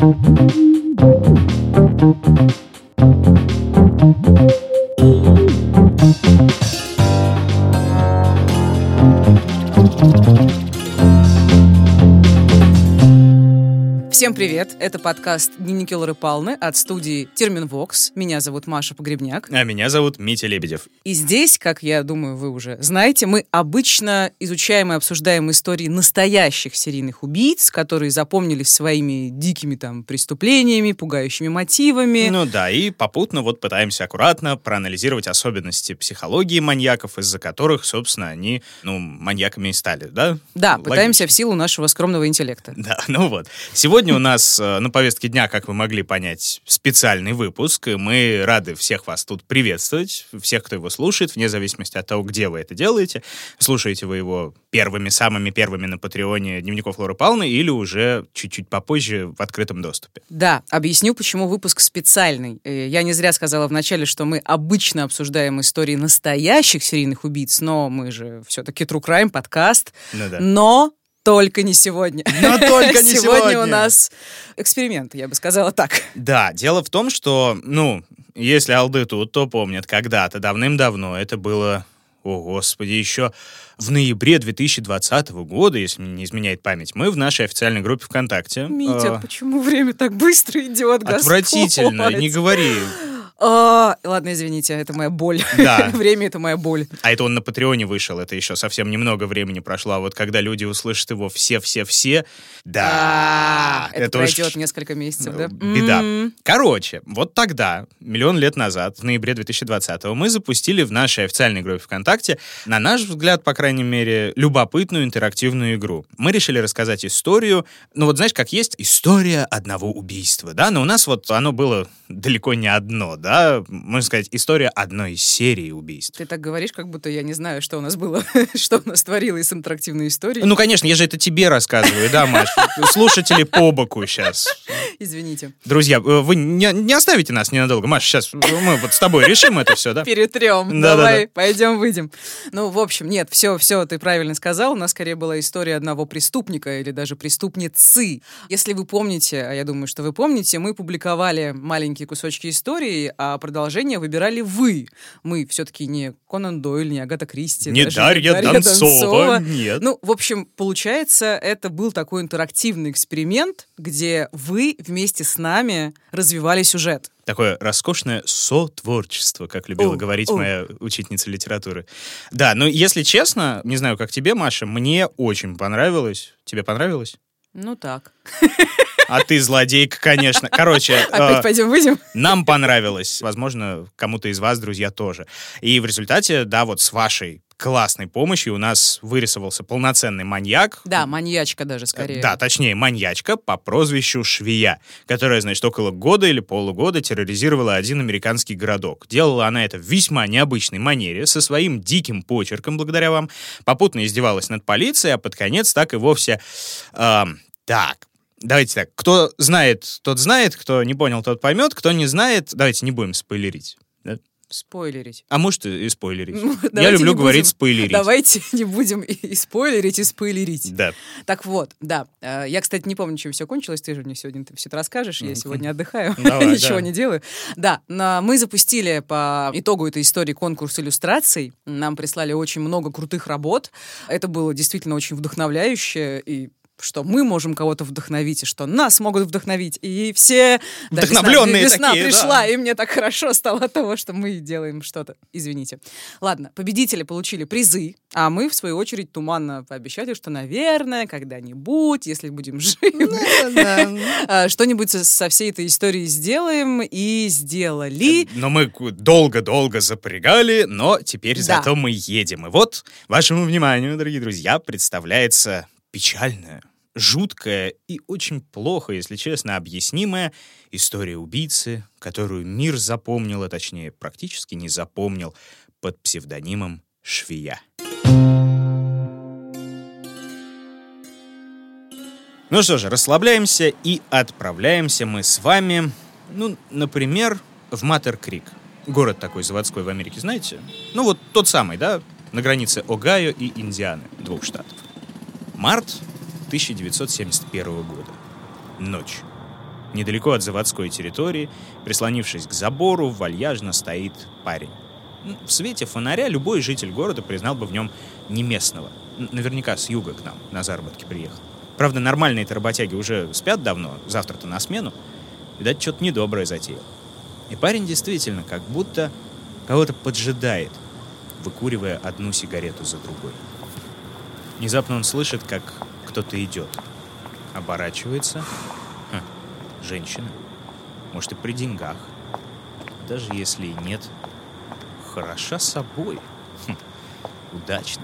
Всем привет! Это подкаст «Дневники Лоры Палны» от студии Терминвокс. Меня зовут Маша Погребняк. А меня зовут Митя Лебедев. И здесь, как я думаю, вы уже знаете, мы обычно изучаем и обсуждаем истории настоящих серийных убийц, которые запомнились своими дикими преступлениями, пугающими мотивами. Ну да, и попутно пытаемся аккуратно проанализировать особенности психологии маньяков, из-за которых, собственно, они, маньяками и стали, да? Да, Логично. пытаемся в силу нашего скромного интеллекта. Да, Сегодня у нас на повестке дня, как вы могли понять, специальный выпуск. И мы рады всех вас тут приветствовать, всех, кто его слушает, вне зависимости от того, где вы это делаете. Слушаете вы его самыми первыми на Патреоне Дневников Лоры Палны или уже чуть-чуть попозже в открытом доступе. Да, объясню, почему выпуск специальный. Я не зря сказала вначале, что мы обычно обсуждаем истории настоящих серийных убийц, но мы же все-таки True Crime подкаст. Ну да. Но только не сегодня. Но только не сегодня. Сегодня у нас эксперимент, я бы сказала так. Да, дело в том, что, если алды тут, то помнят, когда-то, давным-давно, это было, еще в ноябре 2020 года, если мне не изменяет память, мы в нашей официальной группе ВКонтакте. Митя, почему время так быстро идет, Господь? Отвратительно, не говори. Ладно, извините, это моя боль. Да. Время — это моя боль. А это он на Патреоне вышел, это еще совсем немного времени прошло. А вот когда люди услышат его все-все-все, да. Это пройдет несколько месяцев, да? Беда. Короче, вот тогда, миллион лет назад, в ноябре 2020-го, мы запустили в нашей официальной группе ВКонтакте, на наш взгляд, по крайней мере, любопытную интерактивную игру. Мы решили рассказать историю, знаешь, как есть история одного убийства, да? Но у нас оно было далеко не одно, да? Можно сказать, история одной из серий убийств. Ты так говоришь, как будто я не знаю, что у нас было, что у нас творилось с интерактивной историей. Конечно, я же это тебе рассказываю, да, Маш? Слушатели по боку сейчас. Извините. Друзья, вы не оставите нас ненадолго. Маш, сейчас мы с тобой решим это все, да? Перетрем. Давай, пойдем, выйдем. В общем, нет, все, ты правильно сказал. У нас скорее была история одного преступника или даже преступницы. Если вы помните, а я думаю, что вы помните, мы публиковали маленькие кусочки истории, а продолжение выбирали вы. Мы все-таки не Конан Дойль, не Агата Кристи. Не Дарья Донцова. Нет. В общем, получается, это был такой интерактивный эксперимент, где вы вместе с нами развивали сюжет. Такое роскошное сотворчество, как любила говорить моя учительница литературы. Да, если честно, не знаю, как тебе, Маша, мне очень понравилось. Тебе понравилось? Так. А ты злодейка, конечно. Короче, опять пойдем-выйдем? Нам понравилось. Возможно, кому-то из вас, друзья, тоже. И в результате, с вашей классной помощью у нас вырисовался полноценный маньяк. Да, маньячка даже, скорее. Да, точнее, маньячка по прозвищу Швея, которая, около года или полугода терроризировала один американский городок. Делала она это в весьма необычной манере, со своим диким почерком, благодаря вам. Попутно издевалась над полицией, а под конец так и вовсе... Давайте так, кто знает, тот знает, кто не понял, тот поймет, кто не знает, давайте не будем спойлерить. Да? Спойлерить. А может и спойлерить. Я люблю говорить спойлерить. Давайте не будем и спойлерить, и спойлерить. Да. Так вот, да. Я, кстати, не помню, чем все кончилось. Ты же мне сегодня все это расскажешь. Я сегодня отдыхаю, ничего не делаю. Да, мы запустили по итогу этой истории конкурс иллюстраций. Нам прислали очень много крутых работ. Это было действительно очень вдохновляюще, и что мы можем кого-то вдохновить, и что нас могут вдохновить. И все... Вдохновленные весна такие, пришла, да. И мне так хорошо стало от того, что мы делаем что-то. Извините. Ладно, победители получили призы, а мы, в свою очередь, туманно пообещали, что, наверное, когда-нибудь, если будем живы, что-нибудь со всей этой историей сделаем, и сделали. Но мы долго-долго запрягали, но теперь зато мы едем. И вот вашему вниманию, дорогие друзья, представляется печальная, жуткая и очень плохо, если честно, объяснимая история убийцы, которую мир запомнил, а точнее практически не запомнил, под псевдонимом Швея. Ну что же, расслабляемся и отправляемся мы с вами, например, в Матер-Крик. Город такой заводской в Америке, знаете? Тот самый, да, на границе Огайо и Индианы, 2 штатов. Март 1971 года. Ночь. Недалеко от заводской территории, прислонившись к забору, вальяжно стоит парень. В свете фонаря любой житель города признал бы в нем не местного. Наверняка с юга к нам на заработки приехал. Правда, нормальные-то работяги уже спят давно, завтра-то на смену. Видать, что-то недоброе затеял. И парень действительно как будто кого-то поджидает, выкуривая одну сигарету за другой. Внезапно он слышит, как кто-то идет. Оборачивается. Женщина. Может, и при деньгах. Даже если и нет, хороша собой. Удачно.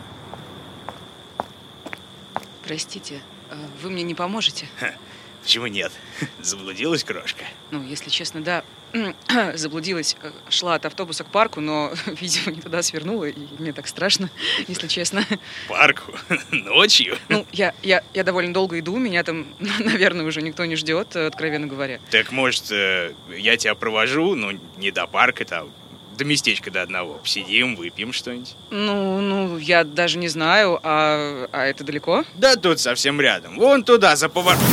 Простите, вы мне не поможете? Почему нет? Заблудилась крошка? Ну, если честно, да. Заблудилась. Шла от автобуса к парку, но, видимо, не туда свернула, и мне так страшно, если честно. Парку? Ночью? Ну, я довольно долго иду, меня там, наверное, уже никто не ждет, откровенно говоря. Так, может, я тебя провожу, ну, не до парка, там, до местечка до одного. Посидим, выпьем что-нибудь. Ну, я даже не знаю, а это далеко? Да тут совсем рядом. Вон туда, за поворотом.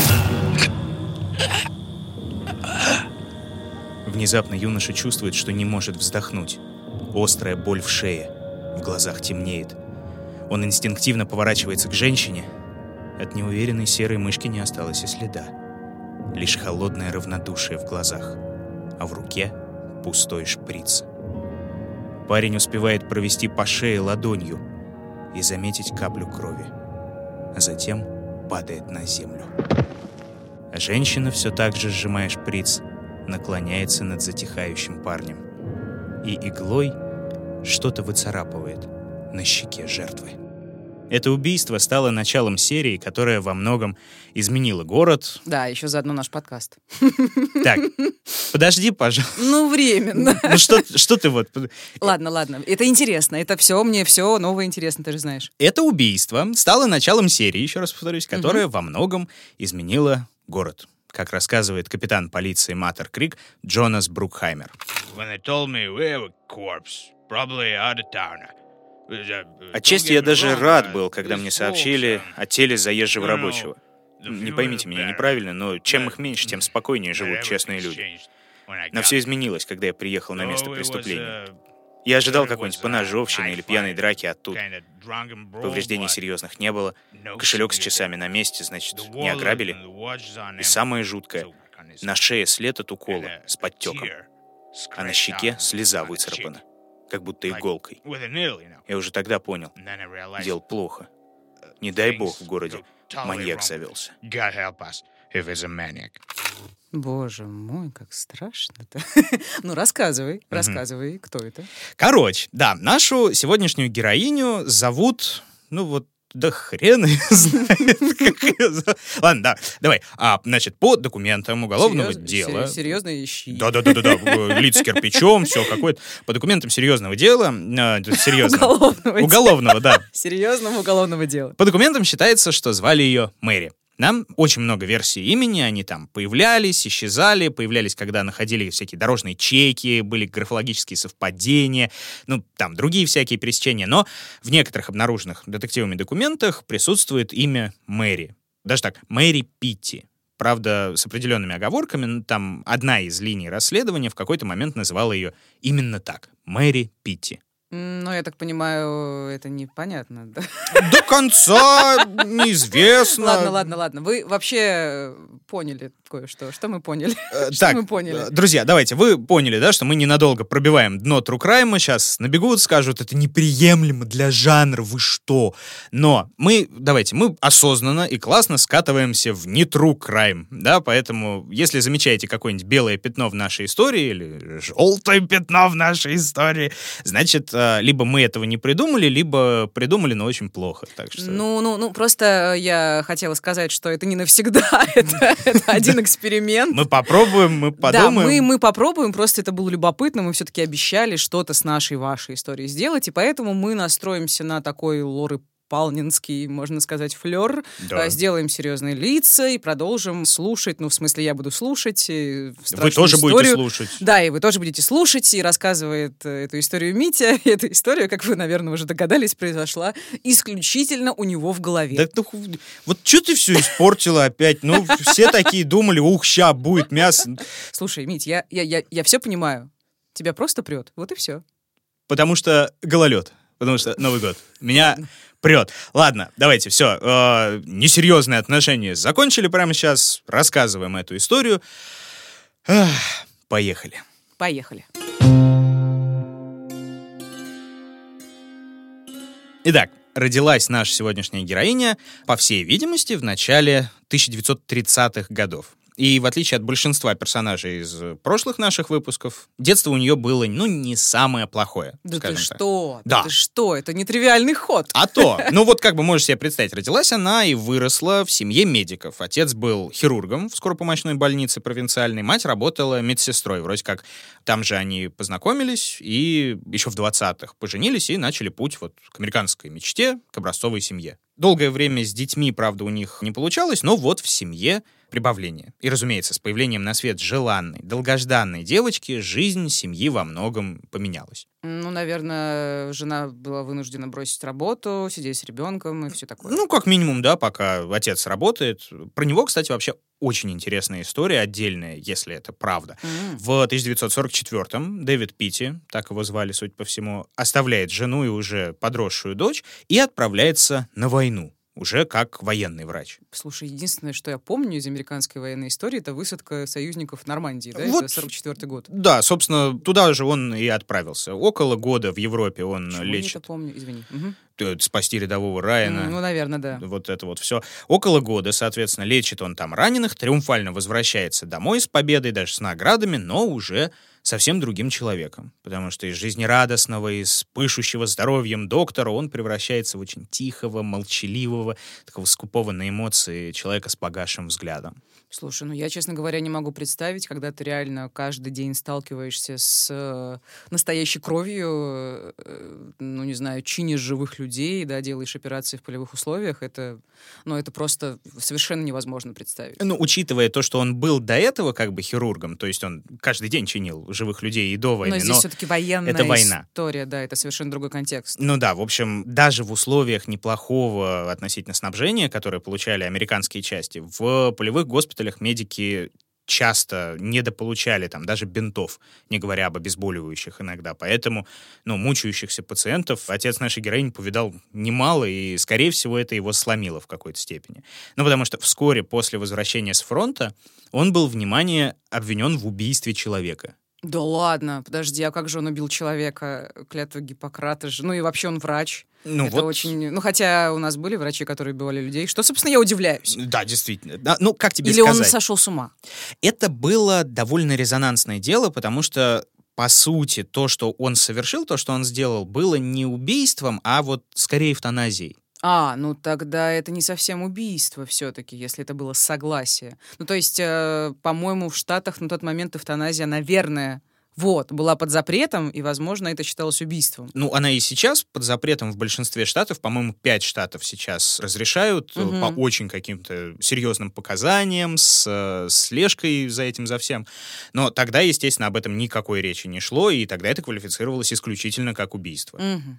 Внезапно юноша чувствует, что не может вздохнуть. Острая боль в шее, в глазах темнеет. Он инстинктивно поворачивается к женщине. От неуверенной серой мышки не осталось и следа. Лишь холодное равнодушие в глазах, а в руке пустой шприц. Парень успевает провести по шее ладонью и заметить каплю крови, а затем падает на землю. А женщина, все так же сжимая шприц, наклоняется над затихающим парнем и иглой что-то выцарапывает на щеке жертвы. Это убийство стало началом серии, которая во многом изменила город. Да, еще заодно наш подкаст. Так, подожди, пожалуйста. Ну, временно. Ну, что ты вот... Ладно. Это интересно. Это все, мне все новое интересно, ты же знаешь. Это убийство стало началом серии, еще раз повторюсь, которая во многом изменила город. Как рассказывает капитан полиции Маттер Крик Джонас Брукхаймер. Отчасти я даже рад был, когда мне сообщили о теле заезжего рабочего. Не поймите меня неправильно, но чем их меньше, тем спокойнее живут честные люди. Но все изменилось, когда я приехал на место преступления. Я ожидал какой-нибудь поножовщины или пьяной драки, а тут повреждений серьезных не было. Кошелек с часами на месте, значит, не ограбили. И самое жуткое — на шее след от укола с подтеком, а на щеке слеза выцарапана, как будто иголкой. Я уже тогда понял, дело плохо. Не дай бог в городе маньяк завелся. Боже мой, как страшно-то. Ну, рассказывай, кто это? Короче, да, нашу сегодняшнюю героиню зовут, да хрен ее знает, как ее зовут. Ладно, да, давай. Значит, по документам уголовного дела... Серьезно ищи. Да, лиц с кирпичом, все какое-то. По документам серьезного дела... Уголовного, да. Серьезного уголовного дела. По документам считается, что звали ее Мэри. Нам очень много версий имени, они там появлялись, исчезали, появлялись, когда находили всякие дорожные чеки, были графологические совпадения, там другие всякие пересечения, но в некоторых обнаруженных детективами документах присутствует имя Мэри. Даже так, Мэри Питти. Правда, с определенными оговорками, там одна из линий расследования в какой-то момент называла ее именно так, Мэри Питти. Ну, я так понимаю, это непонятно, да? До конца неизвестно. Ладно. Вы вообще поняли кое-что. Что мы поняли? Так, друзья, давайте, вы поняли, да, что мы ненадолго пробиваем дно True Crime, сейчас набегут, скажут, это неприемлемо для жанра, вы что? Но мы осознанно и классно скатываемся в не True Crime, да, поэтому, если замечаете какое-нибудь белое пятно в нашей истории или желтое пятно в нашей истории, значит, либо мы этого не придумали, либо придумали, но очень плохо. Так что... Ну, просто я хотела сказать, что это не навсегда, это один эксперимент. Мы попробуем, мы подумаем. Да, мы попробуем, просто это было любопытно, мы все-таки обещали что-то с нашей, вашей историей сделать, и поэтому мы настроимся на такой лор и палнинский, можно сказать, флер. Да. Сделаем серьезные лица и продолжим слушать. Ну, в смысле, я буду слушать. Вы тоже будете слушать. Да, и вы тоже будете слушать. И рассказывает эту историю Митя. И эта история, как вы, наверное, уже догадались, произошла исключительно у него в голове. Да, вот что ты все испортила опять? Ну, все такие думали, ща будет мясо. Слушай, Мить, я все понимаю. Тебя просто прет. Вот и все. Потому что гололед. Потому что Новый год. Меня прет. Ладно, давайте, все. Несерьезные отношения закончили прямо сейчас. Рассказываем эту историю. Поехали. Поехали. Итак, родилась наша сегодняшняя героиня, по всей видимости, в начале 1930-х годов. И в отличие от большинства персонажей из прошлых наших выпусков, детство у нее было, не самое плохое. Да ты так. что? Да. Ты что? Это нетривиальный ход. А то. Ну вот как бы можешь себе представить, родилась она и выросла в семье медиков. Отец был хирургом в скоропомощной больнице провинциальной, мать работала медсестрой. Вроде как там же они познакомились и еще в 20-х поженились и начали путь вот к американской мечте, к образцовой семье. Долгое время с детьми, правда, у них не получалось, но вот в семье прибавление. И, разумеется, с появлением на свет желанной, долгожданной девочки жизнь семьи во многом поменялась. Ну, наверное, жена была вынуждена бросить работу, сидеть с ребенком и все такое. Ну, как минимум, да, пока отец работает. Про него, кстати, вообще очень интересная история, отдельная, если это правда. В 1944-м Дэвид Питти, так его звали, судя по всему, оставляет жену и уже подросшую дочь и отправляется на войну. Уже как военный врач. Слушай, единственное, что я помню из американской военной истории, это высадка союзников в Нормандии, да? Вот, это 44-й год. Да, собственно, туда же он и отправился. Около года в Европе он лечит. Я это помню, извини. Спасти рядового Райана. Ну, наверное, да. Вот это вот все. Около года, соответственно, лечит он там раненых, триумфально возвращается домой с победой, даже с наградами, но уже совсем другим человеком. Потому что из жизнерадостного, из пышущего здоровьем доктора он превращается в очень тихого, молчаливого, такого скупого на эмоции человека с погасшим взглядом. Слушай, я, честно говоря, не могу представить, когда ты реально каждый день сталкиваешься с настоящей кровью, не знаю, чинишь живых людей, да, делаешь операции в полевых условиях, это просто совершенно невозможно представить. Учитывая то, что он был до этого как бы хирургом, то есть он каждый день чинил живых людей и до войны. Но здесь все-таки военная это война. История, да, это совершенно другой контекст. В общем, даже в условиях неплохого относительно снабжения, которое получали американские части, в полевых госпиталях медики часто недополучали там даже бинтов, не говоря об обезболивающих иногда. Поэтому, мучающихся пациентов отец нашей героини повидал немало, и, скорее всего, это его сломило в какой-то степени. Потому что вскоре после возвращения с фронта он был, внимание, обвинен в убийстве человека. Да ладно, подожди, а как же он убил человека? Клятва Гиппократа же. И вообще он врач. Это очень... хотя у нас были врачи, которые убивали людей. Что, собственно, я удивляюсь. Да, действительно. Как тебе Или сказать? он сошел с ума? Это было довольно резонансное дело, потому что, по сути, то, что он совершил, то, что он сделал, было не убийством, а вот скорее эвтаназией. Тогда это не совсем убийство все-таки, если это было согласие. То есть, по-моему, в Штатах на тот момент эвтаназия, наверное, была под запретом, и, возможно, это считалось убийством. Она и сейчас под запретом в большинстве штатов, по-моему, 5 штатов сейчас разрешают по очень каким-то серьезным показаниям, с слежкой за этим, за всем. Но тогда, естественно, об этом никакой речи не шло, и тогда это квалифицировалось исключительно как убийство.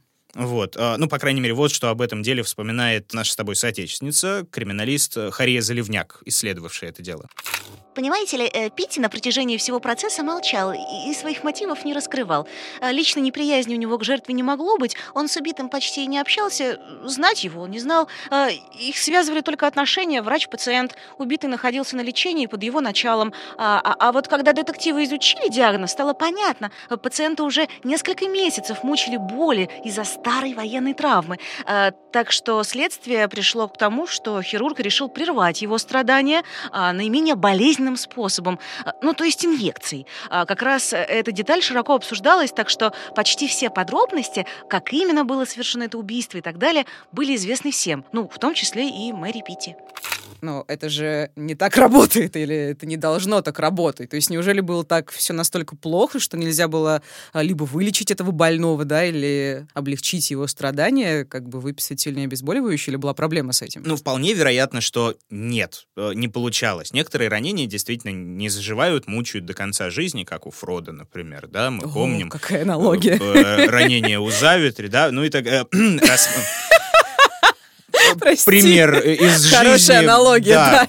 По крайней мере, вот что об этом деле вспоминает наша с тобой соотечественница, криминалист Хария Заливняк, исследовавшая это дело. Понимаете ли, Питти на протяжении всего процесса молчал и своих мотивов не раскрывал. Личной неприязни у него к жертве не могло быть, он с убитым почти не общался, знать его он не знал. Их связывали только отношения врач-пациент. Убитый находился на лечении под его началом. А вот когда детективы изучили диагноз, стало понятно, пациента уже несколько месяцев мучили боли из-за старой военной травмы. Так что следствие пришло к тому, что хирург решил прервать его страдания наименее болезненным способом, то есть инъекцией. Как раз эта деталь широко обсуждалась, так что почти все подробности, как именно было совершено это убийство и так далее, были известны всем, в том числе и Мэри Питти. но это же не так работает, или это не должно так работать. То есть неужели было так все настолько плохо, что нельзя было либо вылечить этого больного, да, или облегчить его страдания, как бы выписать сильное обезболивающее, или была проблема с этим? Ну, вполне вероятно, что нет, не получалось. Некоторые ранения действительно не заживают, мучают до конца жизни, как у Фрода, например, да, мы помним. Какая аналогия. Ранение у Завитри, да, ну и так... Прости. Пример из жизни. Хорошая аналогия, да.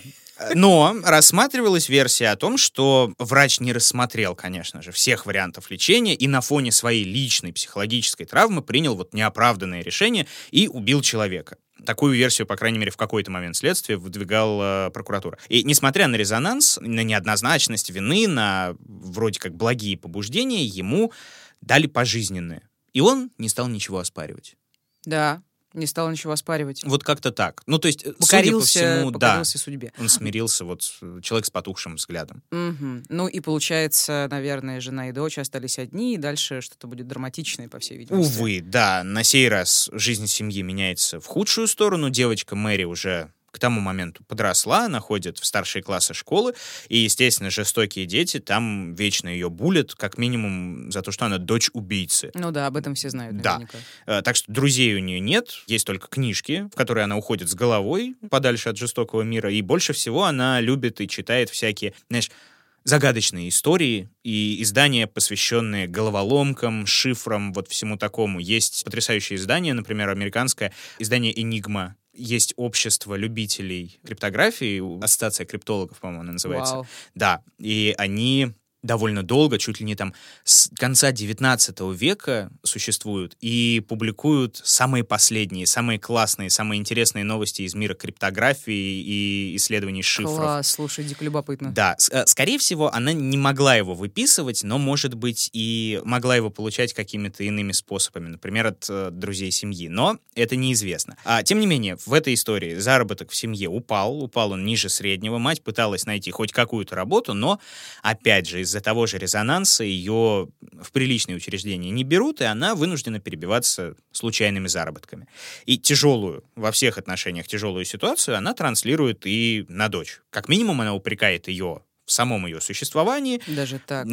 Но рассматривалась версия о том, что врач не рассмотрел, конечно же, всех вариантов лечения и на фоне своей личной психологической травмы принял вот неоправданное решение и убил человека. Такую версию, по крайней мере, в какой-то момент следствия выдвигала прокуратура. И несмотря на резонанс, на неоднозначность вины, на вроде как благие побуждения, ему дали пожизненное. И он не стал ничего оспаривать. Да. Не стал ничего оспаривать. Вот как-то так. Ну, то есть, покорился, судя по всему, покорился судьбе. Он смирился, вот человек с потухшим взглядом. Угу. Ну и получается, наверное, жена и дочь остались одни, и дальше что-то будет драматичное, по всей видимости. Увы, да. На сей раз жизнь семьи меняется в худшую сторону. Девочка Мэри уже к тому моменту подросла, она ходит в старшие классы школы, и, естественно, жестокие дети там вечно ее булят, как минимум за то, что она дочь убийцы. Ну да, об этом все знают наверняка. Да. Так что друзей у нее нет, есть только книжки, в которые она уходит с головой подальше от жестокого мира, и больше всего она любит и читает всякие, знаешь, загадочные истории и издания, посвященные головоломкам, шифрам, вот всему такому. Есть потрясающее издание, например, американское издание «Энигма». Есть общество любителей криптографии, ассоциация криптологов, по-моему, она называется. Вау. Да, и они довольно долго, чуть ли не там с конца 19 века существуют и публикуют самые последние, самые классные, самые интересные новости из мира криптографии и исследований шифров. Класс, слушай, дико любопытно. Да, скорее всего, она не могла его выписывать, но, может быть, и могла его получать какими-то иными способами, например, от друзей семьи, но это неизвестно. Тем не менее, в этой истории заработок в семье упал он ниже среднего, мать пыталась найти хоть какую-то работу, но, опять же, из-за того же резонанса ее в приличные учреждения не берут, и она вынуждена перебиваться случайными заработками. И во всех отношениях тяжелую ситуацию она транслирует и на дочь. Как минимум она упрекает ее в самом ее существовании. Даже так.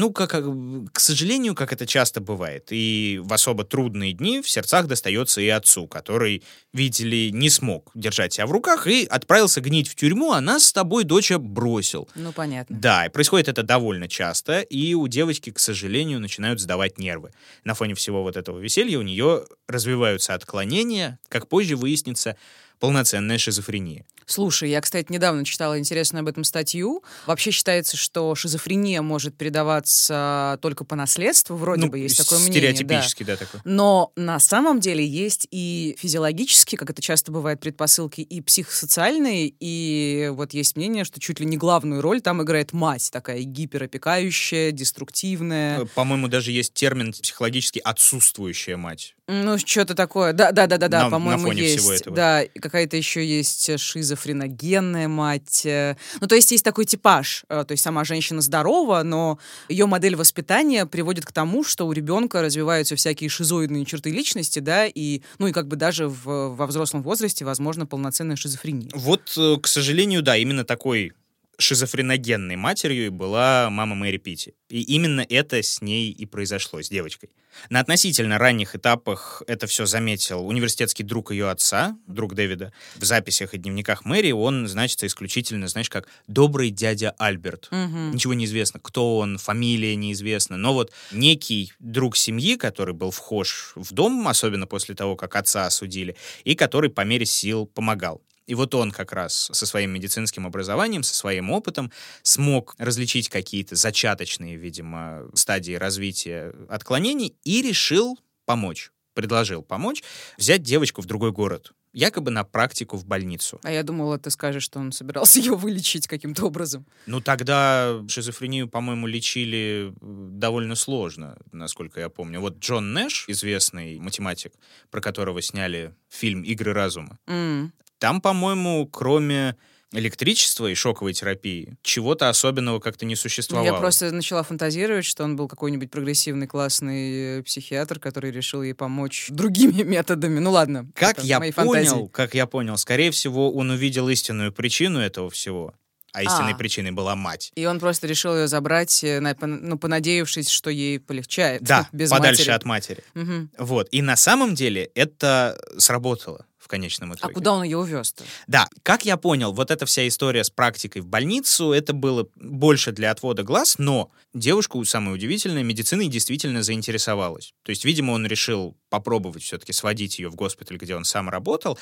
К сожалению, как это часто бывает. И в особо трудные дни в сердцах достается и отцу, который, видите ли, не смог держать себя в руках и отправился гнить в тюрьму, а нас с тобой, доча, бросил. Ну, понятно. Да, и происходит это довольно часто, и у девочки, к сожалению, начинают сдавать нервы. На фоне всего вот этого веселья у нее развиваются отклонения, как позже выяснится, полноценная шизофрения. Слушай, я, кстати, недавно читала интересную об этом статью. Вообще считается, что шизофрения может передаваться только по наследству, вроде бы есть такое мнение. Стереотипически, да, такое. Но на самом деле есть и физиологические, как это часто бывает, предпосылки, и психосоциальные, и вот есть мнение, что чуть ли не главную роль там играет мать, такая гиперопекающая, деструктивная. По-моему, даже есть термин психологически отсутствующая мать. Ну, что-то такое. Да, по-моему, на фоне есть. Всего этого. Да, какая-то еще есть шизофреногенная мать. Ну, то есть такой типаж. То есть сама женщина здорова, но ее модель воспитания приводит к тому, что у ребенка развиваются всякие шизоидные черты личности, да, и как бы даже во взрослом возрасте возможно полноценная шизофрения. Вот, к сожалению, да, именно такой шизофреногенной матерью и была мама Мэри Питти. И именно это с ней и произошло, с девочкой. На относительно ранних этапах это все заметил университетский друг ее отца, друг Дэвида. В записях и дневниках Мэри он значится исключительно, знаешь, как «добрый дядя Альберт». Угу. Ничего не известно, кто он, фамилия неизвестна. Но вот некий друг семьи, который был вхож в дом, особенно после того, как отца осудили, и который по мере сил помогал. И вот он как раз со своим медицинским образованием, со своим опытом смог различить какие-то зачаточные, видимо, стадии развития отклонений и решил помочь, предложил помочь взять девочку в другой город, якобы на практику в больницу. А я думала, ты скажешь, что он собирался ее вылечить каким-то образом. Ну, тогда шизофрению, по-моему, лечили довольно сложно, насколько я помню. Вот Джон Нэш, известный математик, про которого сняли фильм «Игры разума», там, по-моему, кроме электричества и шоковой терапии чего-то особенного как-то не существовало. Я просто начала фантазировать, что он был какой-нибудь прогрессивный, классный психиатр, который решил ей помочь другими методами. Ну ладно. Как я понял, скорее всего, он увидел истинную причину этого всего. А истинной причиной была мать. И он просто решил ее забрать, понадеявшись, что ей полегчает. Да, без подальше матери. от матери. Угу. Вот. И на самом деле это сработало в конечном итоге. А куда он ее увез-то? Да, как я понял, вот эта вся история с практикой в больницу, это было больше для отвода глаз, но девушку, самое удивительное, медициной действительно заинтересовалась. То есть, видимо, он решил попробовать все-таки сводить ее в госпиталь, где он сам работал,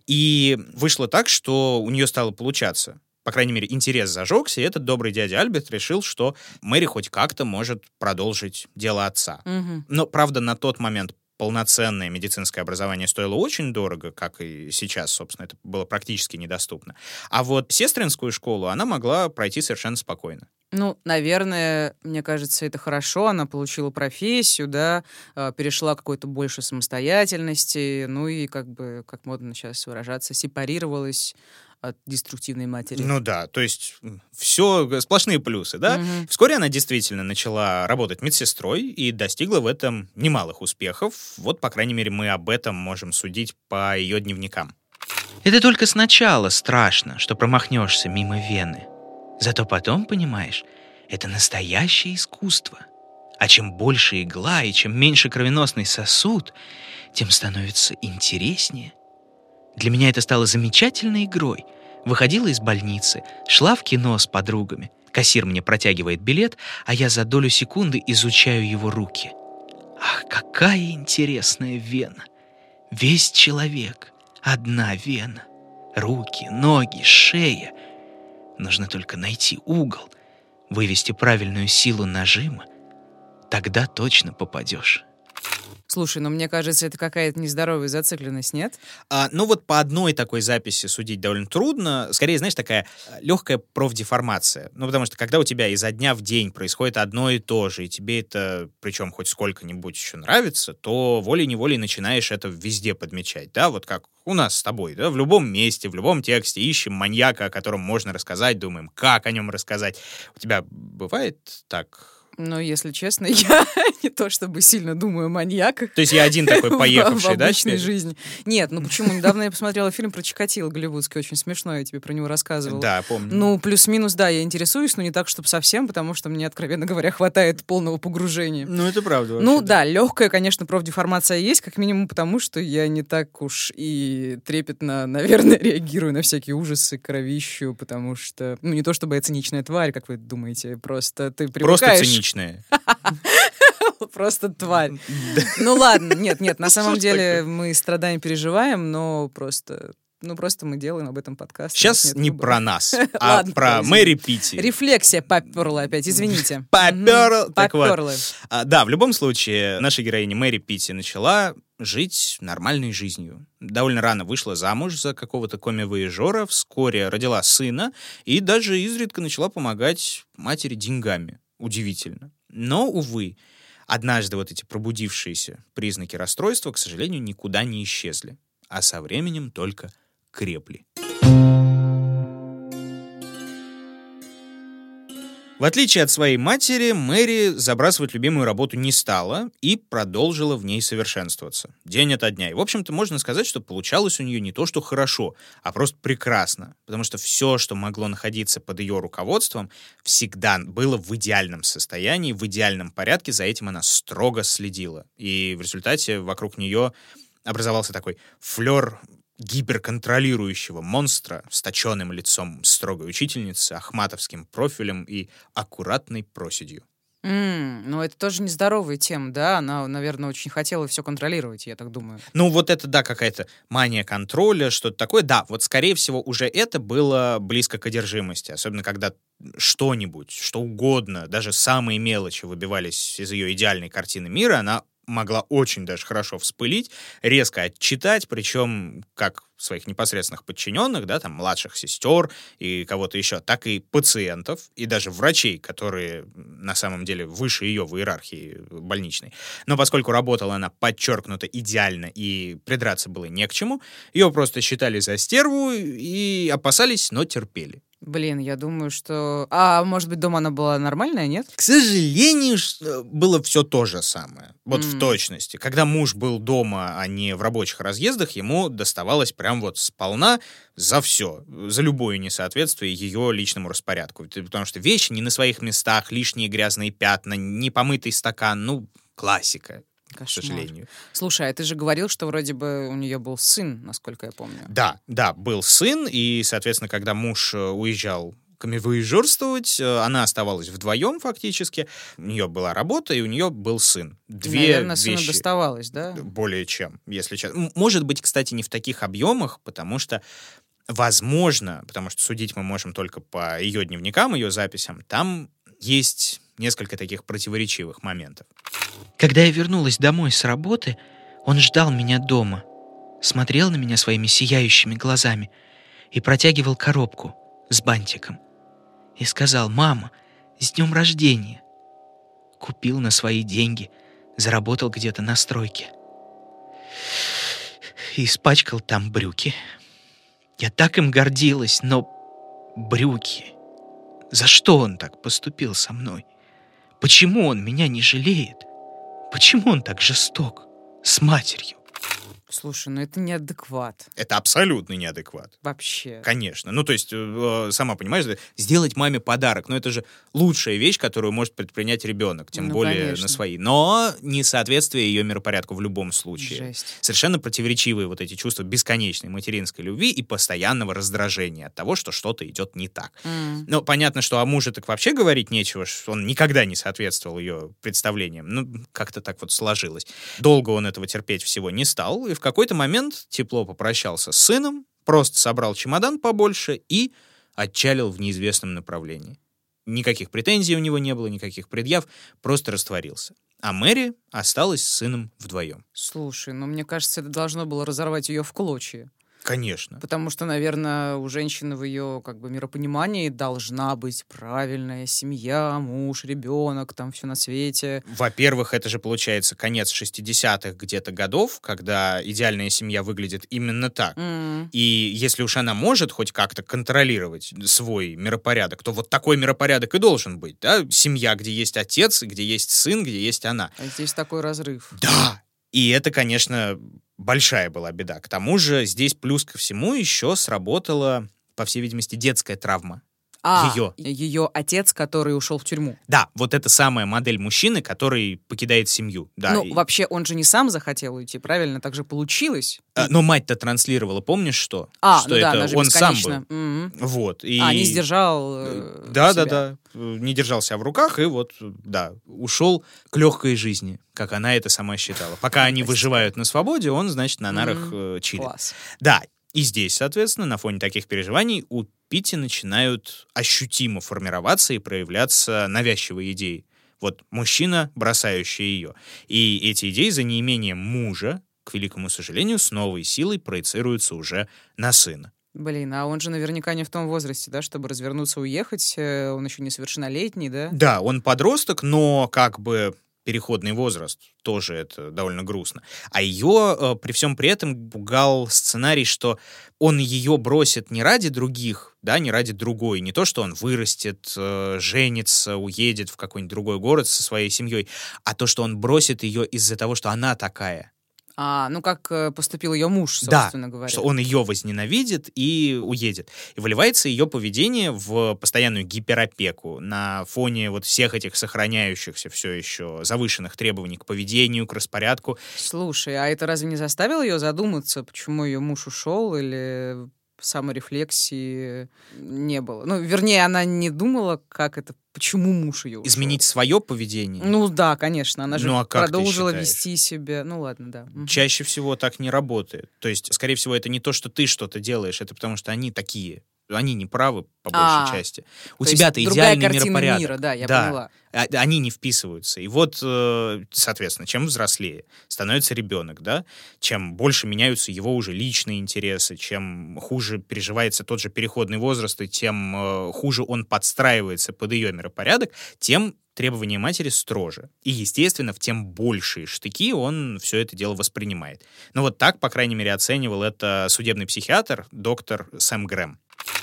и вышло так, что у нее стало получаться. По крайней мере, интерес зажегся, и этот добрый дядя Альберт решил, что Мэри хоть как-то может продолжить дело отца. Угу. Но, правда, на тот момент полноценное медицинское образование стоило очень дорого, как и сейчас, собственно, это было практически недоступно. А вот сестринскую школу она могла пройти совершенно спокойно. Ну, наверное, мне кажется, это хорошо. Она получила профессию, да, перешла к какой-то большей самостоятельности, ну и, как модно сейчас выражаться, сепарировалась от деструктивной матери. Ну да, то есть все сплошные плюсы, да? Угу. Вскоре она действительно начала работать медсестрой и достигла в этом немалых успехов. Вот, по крайней мере, мы об этом можем судить по ее дневникам. Это только сначала страшно, что промахнешься мимо вены. Зато потом, понимаешь, это настоящее искусство. А чем больше игла и чем меньше кровеносный сосуд, тем становится интереснее. Для меня это стало замечательной игрой. Выходила из больницы, шла в кино с подругами. Кассир мне протягивает билет, а я за долю секунды изучаю его руки. Ах, какая интересная вена! Весь человек, одна вена. Руки, ноги, шея. Нужно только найти угол, вывести правильную силу нажима. Тогда точно попадешь. Слушай, ну мне кажется, это какая-то нездоровая зацикленность, нет? Ну вот по одной такой записи судить довольно трудно. Скорее, знаешь, такая легкая профдеформация. Ну потому что когда у тебя изо дня в день происходит одно и то же, и тебе это, причем хоть сколько-нибудь еще нравится, то волей-неволей начинаешь это везде подмечать, да, вот как у нас с тобой, да, в любом месте, в любом тексте ищем маньяка, о котором можно рассказать, думаем, как о нем рассказать. У тебя бывает так? Ну, если честно, я не то чтобы сильно думаю о маньяках. То есть я один такой поехавший, да, в обычной жизни. Нет, ну почему? Недавно я посмотрела фильм про Чикатило голливудский, очень смешной, я тебе про него рассказывала. Да, помню. Ну, плюс-минус, да, я интересуюсь, но не так, чтобы совсем, потому что мне, откровенно говоря, хватает полного погружения. Ну, это правда вообще. Ну, да, легкая, конечно, профдеформация есть, как минимум потому, что я не так уж и трепетно, наверное, реагирую на всякие ужасы, кровищу, потому что, ну, не то чтобы я циничная тварь, как вы думаете, просто ты привыкаешь... Просто циничная. Просто тварь. Ну ладно, нет, на самом деле мы страдаем, переживаем, но просто мы делаем об этом подкаст. Сейчас не про нас, а про Мэри Питти. Рефлексия поперла опять, извините. Поперла. Поперлы. Да, в любом случае, наша героиня Мэри Питти начала жить нормальной жизнью. Довольно рано вышла замуж за какого-то коми-вояжера, вскоре родила сына и даже изредка начала помогать матери деньгами. Удивительно. Но, увы, однажды вот эти пробудившиеся признаки расстройства, к сожалению, никуда не исчезли, а со временем только крепли. В отличие от своей матери, Мэри забрасывать любимую работу не стала и продолжила в ней совершенствоваться. День ото дня. И, в общем-то, можно сказать, что получалось у нее не то, что хорошо, а просто прекрасно. Потому что все, что могло находиться под ее руководством, всегда было в идеальном состоянии, в идеальном порядке. За этим она строго следила. И в результате вокруг нее образовался такой флер гиперконтролирующего монстра с точенным лицом строгой учительницы, ахматовским профилем и аккуратной проседью. Ну, это тоже нездоровая тема, да? Она, наверное, очень хотела все контролировать, я так думаю. Ну, вот это, да, какая-то мания контроля, что-то такое. Да, вот, скорее всего, уже это было близко к одержимости. Особенно, когда что-нибудь, что угодно, даже самые мелочи выбивались из ее идеальной картины мира, она могла очень даже хорошо вспылить, резко отчитать, причем как своих непосредственных подчиненных, да, там, младших сестер и кого-то еще, так и пациентов, и даже врачей, которые на самом деле выше ее в иерархии больничной. Но поскольку работала она подчеркнуто идеально и придраться было не к чему, ее просто считали за стерву и опасались, но терпели. Блин, я думаю, что... А может быть, дома она была нормальная, нет? К сожалению, было все то же самое. Вот в точности. Когда муж был дома, а не в рабочих разъездах, ему доставалось прям вот сполна за все. За любое несоответствие ее личному распорядку. Потому что вещи не на своих местах, лишние грязные пятна, непомытый стакан. Ну, классика. Кошмар. К сожалению. Слушай, а ты же говорил, что вроде бы у нее был сын, насколько я помню. Да, был сын, и, соответственно, когда муж уезжал камевоежорствовать, она оставалась вдвоем фактически. У нее была работа, и у нее был сын. Наверное, сыну доставалось, да? Более чем, если честно. Может быть, кстати, не в таких объемах, потому что, возможно, потому что судить мы можем только по ее дневникам, ее записям, там есть несколько таких противоречивых моментов. Когда я вернулась домой с работы, он ждал меня дома, смотрел на меня своими сияющими глазами и протягивал коробку с бантиком. И сказал: «Мама, с днем рождения!» Купил на свои деньги, заработал где-то на стройке. И испачкал там брюки. Я так им гордилась, но брюки... За что он так поступил со мной? Почему он меня не жалеет? Почему он так жесток с матерью? Слушай, ну это неадекват. Это абсолютный неадекват. Вообще. Конечно. Ну, то есть, сама понимаешь, сделать маме подарок, ну, это же лучшая вещь, которую может предпринять ребенок, тем более конечно. на свои. Но несоответствие ее миропорядку в любом случае. Жесть. Совершенно противоречивые вот эти чувства бесконечной материнской любви и постоянного раздражения от того, что что-то идет не так. Ну, понятно, что о муже так вообще говорить нечего, что он никогда не соответствовал ее представлениям. Ну, как-то так вот сложилось. Долго он этого терпеть всего не стал, и в какой-то момент тепло попрощался с сыном, просто собрал чемодан побольше и отчалил в неизвестном направлении. Никаких претензий у него не было, никаких предъяв, просто растворился. А Мэри осталась с сыном вдвоем. Слушай, ну мне кажется, это должно было разорвать ее в клочья. Конечно. Потому что, наверное, у женщины в ее как бы миропонимании должна быть правильная семья, муж, ребенок, там все на свете. Во-первых, это же получается конец 60-х где-то годов, когда идеальная семья выглядит именно так. И если уж она может хоть как-то контролировать свой миропорядок, то вот такой миропорядок и должен быть, да? Семья, где есть отец, где есть сын, где есть она. А здесь такой разрыв. Да! И это, конечно, большая была беда. К тому же здесь плюс ко всему еще сработала, по всей видимости, детская травма. Ее отец, который ушел в тюрьму. Да, вот это самая модель мужчины, который покидает семью. Да, ну, вообще, он же не сам захотел уйти, правильно? Так же получилось. Но мать-то транслировала, помнишь что? Что ну это да, она же он сам бесконечно. был. Вот. И... не сдержал Да. Не держал себя в руках и вот, да, ушел к легкой жизни, как она это сама считала. Пока они выживают на свободе, он, значит, на нарах чилит. Класс. Да, и здесь, соответственно, на фоне таких переживаний у Питти начинают ощутимо формироваться и проявляться навязчивые идеи. Вот мужчина, бросающий ее. И эти идеи за неимением мужа, к великому сожалению, с новой силой проецируются уже на сына. Блин, а он же наверняка не в том возрасте, да, чтобы развернуться, уехать. Он еще несовершеннолетний, да? Да, он подросток, но как бы переходный возраст. Тоже это довольно грустно. А ее при всем при этом пугал сценарий, что он ее бросит не ради других, да, не ради другой. Не то, что он вырастет, женится, уедет в какой-нибудь другой город со своей семьей, а то, что он бросит ее из-за того, что она такая. Ну как поступил ее муж, собственно говоря. Что он ее возненавидит и уедет. И выливается ее поведение в постоянную гиперопеку на фоне вот всех этих сохраняющихся все еще завышенных требований к поведению, к распорядку. Слушай, а это разве не заставило ее задуматься, почему ее муж ушел, или саморефлексии не было? Ну, вернее, она не думала, как это, почему муж ее ушел. Изменить свое поведение? Ну да, конечно, она же как продолжила вести себя. Ну ладно, да. Чаще всего так не работает. То есть, скорее всего, это не то, что ты что-то делаешь, это потому что они такие. Они не правы по большей части. У то тебя-то есть другая идеальный картина миропорядок. мира, да, я поняла. Они не вписываются. И вот, соответственно, чем взрослее становится ребенок, да, чем больше меняются его уже личные интересы, чем хуже переживается тот же переходный возраст, и тем хуже он подстраивается под ее миропорядок, тем требования матери строже. И, естественно, в тем большие штыки он все это дело воспринимает. Но вот так, по крайней мере, оценивал это судебный психиатр доктор Сэм Грэм.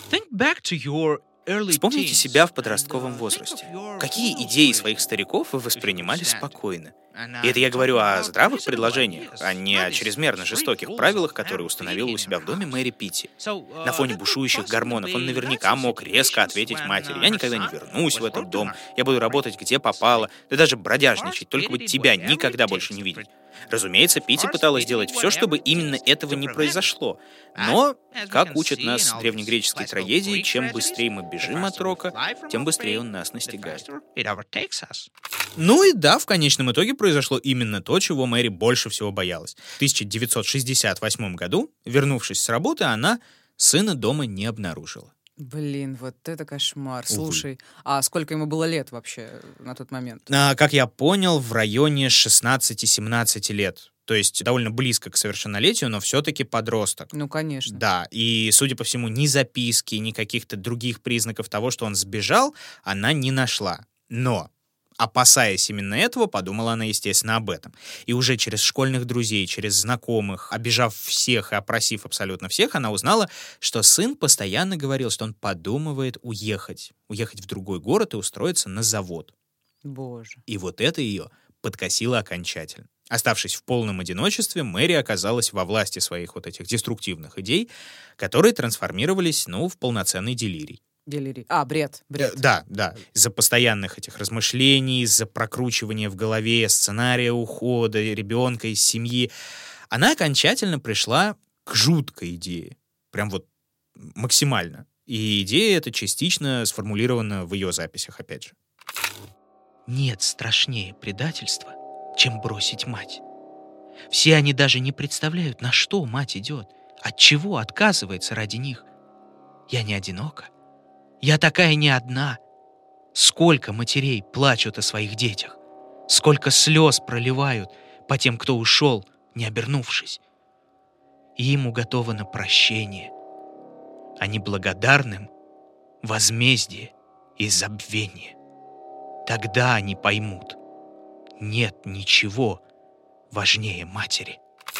Вспомните себя в подростковом возрасте. Какие идеи своих стариков вы воспринимали спокойно? И это я говорю о здравых предложениях, а не о чрезмерно жестоких правилах, которые установила у себя в доме Мэри Питти. На фоне бушующих гормонов он наверняка мог резко ответить матери: «Я никогда не вернусь в этот дом, я буду работать где попало, да даже бродяжничать, только бы тебя никогда больше не видеть». Разумеется, Питти пыталась сделать все, чтобы именно этого не произошло. Но, как учат нас древнегреческие трагедии, чем быстрее мы бежим от рока, тем быстрее он нас настигает. Ну и да, в конечном итоге произошло именно то, чего Мэри больше всего боялась. В 1968 году, вернувшись с работы, она сына дома не обнаружила. Блин, вот это кошмар. Слушай, а сколько ему было лет вообще на тот момент? Как я понял, в районе 16-17 лет. То есть довольно близко к совершеннолетию, но все-таки подросток. Ну, конечно. Да, и, судя по всему, ни записки, ни каких-то других признаков того, что он сбежал, она не нашла. Но, опасаясь именно этого, подумала она, естественно, об этом. И уже через школьных друзей, через знакомых, обижав всех и опросив абсолютно всех, она узнала, что сын постоянно говорил, что он подумывает уехать в другой город и устроиться на завод. Боже. И вот это ее подкосило окончательно. Оставшись в полном одиночестве, Мэри оказалась во власти своих вот этих деструктивных идей, которые трансформировались, в полноценный делирий. Делирий. Бред. Да. Из-за постоянных этих размышлений, из-за прокручивания в голове сценария ухода ребенка из семьи, она окончательно пришла к жуткой идее. Прям вот максимально. И идея эта частично сформулирована в ее записях, опять же. Нет страшнее предательства, чем бросить мать. Все они даже не представляют, на что мать идет, от чего отказывается ради них. Я не одинока. Я такая не одна. Сколько матерей плачут о своих детях, сколько слез проливают по тем, кто ушел, не обернувшись. И им уготовано прощение, а неблагодарным — возмездие и забвение. Тогда они поймут, нет ничего важнее матери.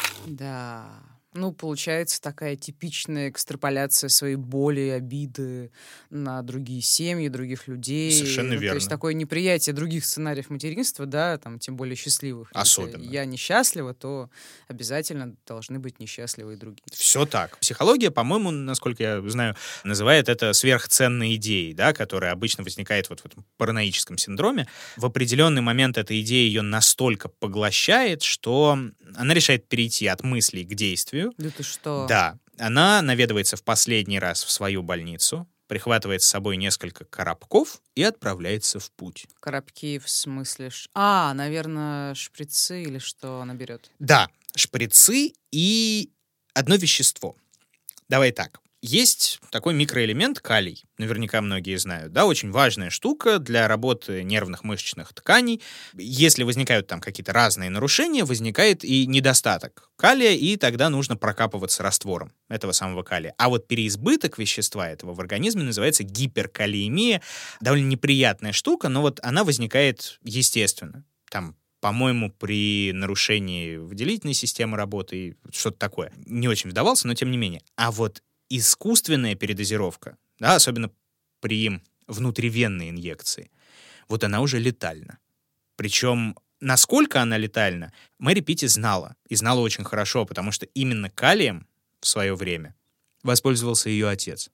Да. Получается такая типичная экстраполяция своей боли и обиды на другие семьи, других людей. Совершенно верно. То есть такое неприятие других сценариев материнства, да, тем более счастливых. Особенно. Если я несчастлива, то обязательно должны быть несчастливы и другие. Все так. Психология, по-моему, насколько я знаю, называет это сверхценной идеей, да, которая обычно возникает вот в этом параноическом синдроме. В определенный момент эта идея ее настолько поглощает, что она решает перейти от мыслей к действию. Да ты что? Да. Она наведывается в последний раз в свою больницу, прихватывает с собой несколько коробков и отправляется в путь. Коробки в смысле... наверное, шприцы или что она берет? Да, шприцы и одно вещество. Давай так. Есть такой микроэлемент калий, наверняка многие знают, да, очень важная штука для работы нервных мышечных тканей. Если возникают там какие-то разные нарушения, возникает и недостаток калия, и тогда нужно прокапываться раствором этого самого калия. А вот переизбыток вещества этого в организме называется гиперкалиемия. Довольно неприятная штука, но вот она возникает естественно. По-моему, при нарушении выделительной системы работы и что-то такое. Не очень вдавался, но тем не менее. А вот искусственная передозировка, да, особенно при внутривенной инъекции, вот она уже летальна. Причем, насколько она летальна, Мэри Питти знала. И знала очень хорошо, потому что именно калием в свое время воспользовался ее отец.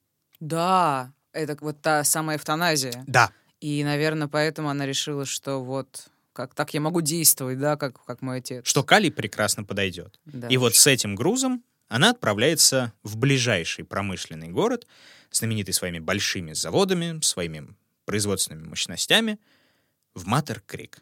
Да, это вот та самая эвтаназия. Да. И, наверное, поэтому она решила, что вот как так я могу действовать, да, как мой отец. Что калий прекрасно подойдет. Да. И вот с этим грузом она отправляется в ближайший промышленный город, знаменитый своими большими заводами, своими производственными мощностями, в Матер-Крик.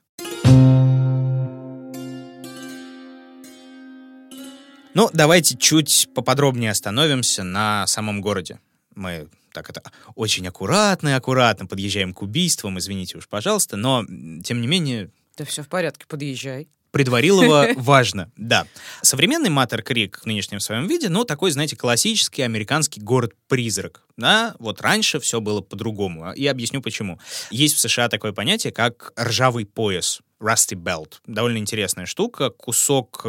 Давайте чуть поподробнее остановимся на самом городе. Мы так это очень аккуратно подъезжаем к убийствам, извините уж, пожалуйста, но, тем не менее... Да все в порядке, подъезжай. Предварилово важно, да. Современный Маттер-Крик в нынешнем своем виде, такой, знаете, классический американский город-призрак. Да, вот раньше все было по-другому. И объясню почему. Есть в США такое понятие, как ржавый пояс. Rusty Belt. Довольно интересная штука. Кусок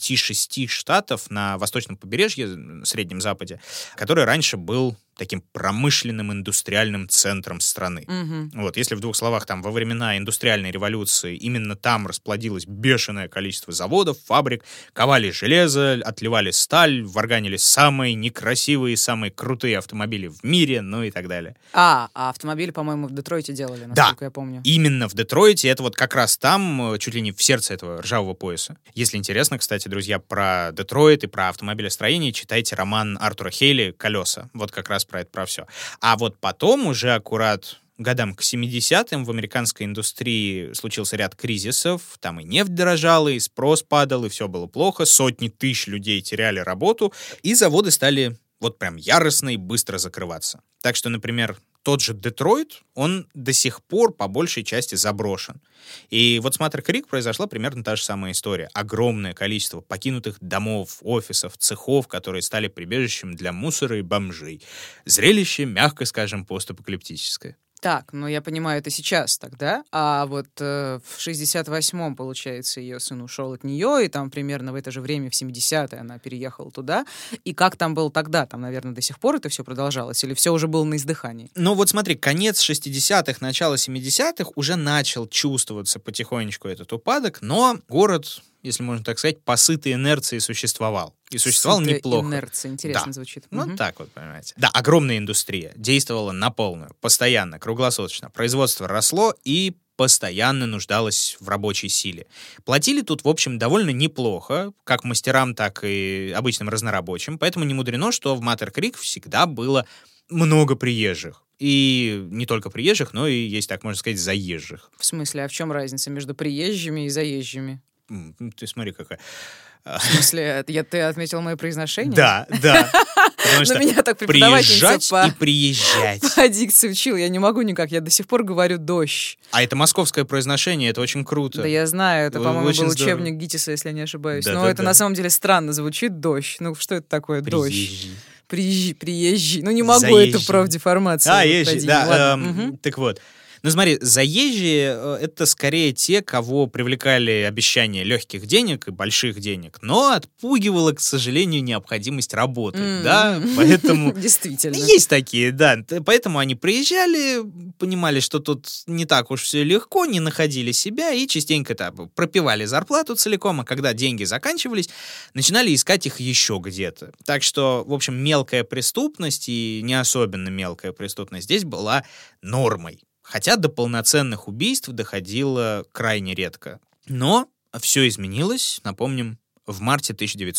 5-6 штатов на восточном побережье, Среднем Западе, который раньше был таким промышленным индустриальным центром страны. Вот, если в двух словах, там во времена индустриальной революции именно там расплодилось бешеное количество заводов, фабрик, ковали железо, отливали сталь, варганили самые некрасивые, самые крутые автомобили в мире, и так далее. А автомобили, по-моему, в Детройте делали, насколько я помню. Именно в Детройте, это вот как раз там, чуть ли не в сердце этого ржавого пояса. Если интересно, кстати, друзья, про Детройт и про автомобилестроение, читайте роман Артура Хейли «Колеса». Вот как раз про это, про все. А вот потом уже аккурат годам к 70-м в американской индустрии случился ряд кризисов. Там и нефть дорожала, и спрос падал, и все было плохо. Сотни тысяч людей теряли работу, и заводы стали вот прям яростно и быстро закрываться. Так что, например, тот же Детройт, он до сих пор по большей части заброшен. И вот с Маттер-Крик произошла примерно та же самая история. Огромное количество покинутых домов, офисов, цехов, которые стали прибежищем для мусора и бомжей. Зрелище, мягко скажем, постапокалиптическое. Так, я понимаю, это сейчас тогда, а вот в 68-м, получается, ее сын ушел от нее, и там примерно в это же время, в 70-е, она переехала туда. И как там было тогда? Там, наверное, до сих пор это все продолжалось? Или все уже было на издыхании? Вот смотри, конец 60-х, начало 70-х уже начал чувствоваться потихонечку этот упадок, но город, если можно так сказать, по сытой инерции существовал. И существовал неплохо. Инерция, интересно звучит. Так вот, понимаете. Да, огромная индустрия действовала на полную, постоянно, круглосуточно. Производство росло и постоянно нуждалось в рабочей силе. Платили тут, в общем, довольно неплохо, как мастерам, так и обычным разнорабочим, поэтому не мудрено, что в Маттер-Крик всегда было много приезжих. И не только приезжих, но и, если так можно сказать, заезжих. В смысле, а в чем разница между приезжими и заезжими? Ты смотри, какая... В смысле, ты отметил мое произношение? Да. Потому что меня так приезжать и приезжать. По дикции учил, я не могу никак, я до сих пор говорю «дождь». А это московское произношение, это очень круто. Да я знаю, это, по-моему, был учебник ГИТИСа, если я не ошибаюсь. Но это на самом деле странно звучит «дождь». Что это такое «дождь»? Приезжий. Не могу эту профдеформацию. Езжий, да. Так вот. Смотри, заезжие — это скорее те, кого привлекали обещания легких денег и больших денег, но отпугивала, к сожалению, необходимость работать, да, поэтому... Действительно. Есть такие, да, поэтому они приезжали, понимали, что тут не так уж все легко, не находили себя и частенько пропивали зарплату целиком, а когда деньги заканчивались, начинали искать их еще где-то. Так что, в общем, мелкая преступность и не особенно мелкая преступность здесь была нормой. Хотя до полноценных убийств доходило крайне редко. Но все изменилось, напомним, в марте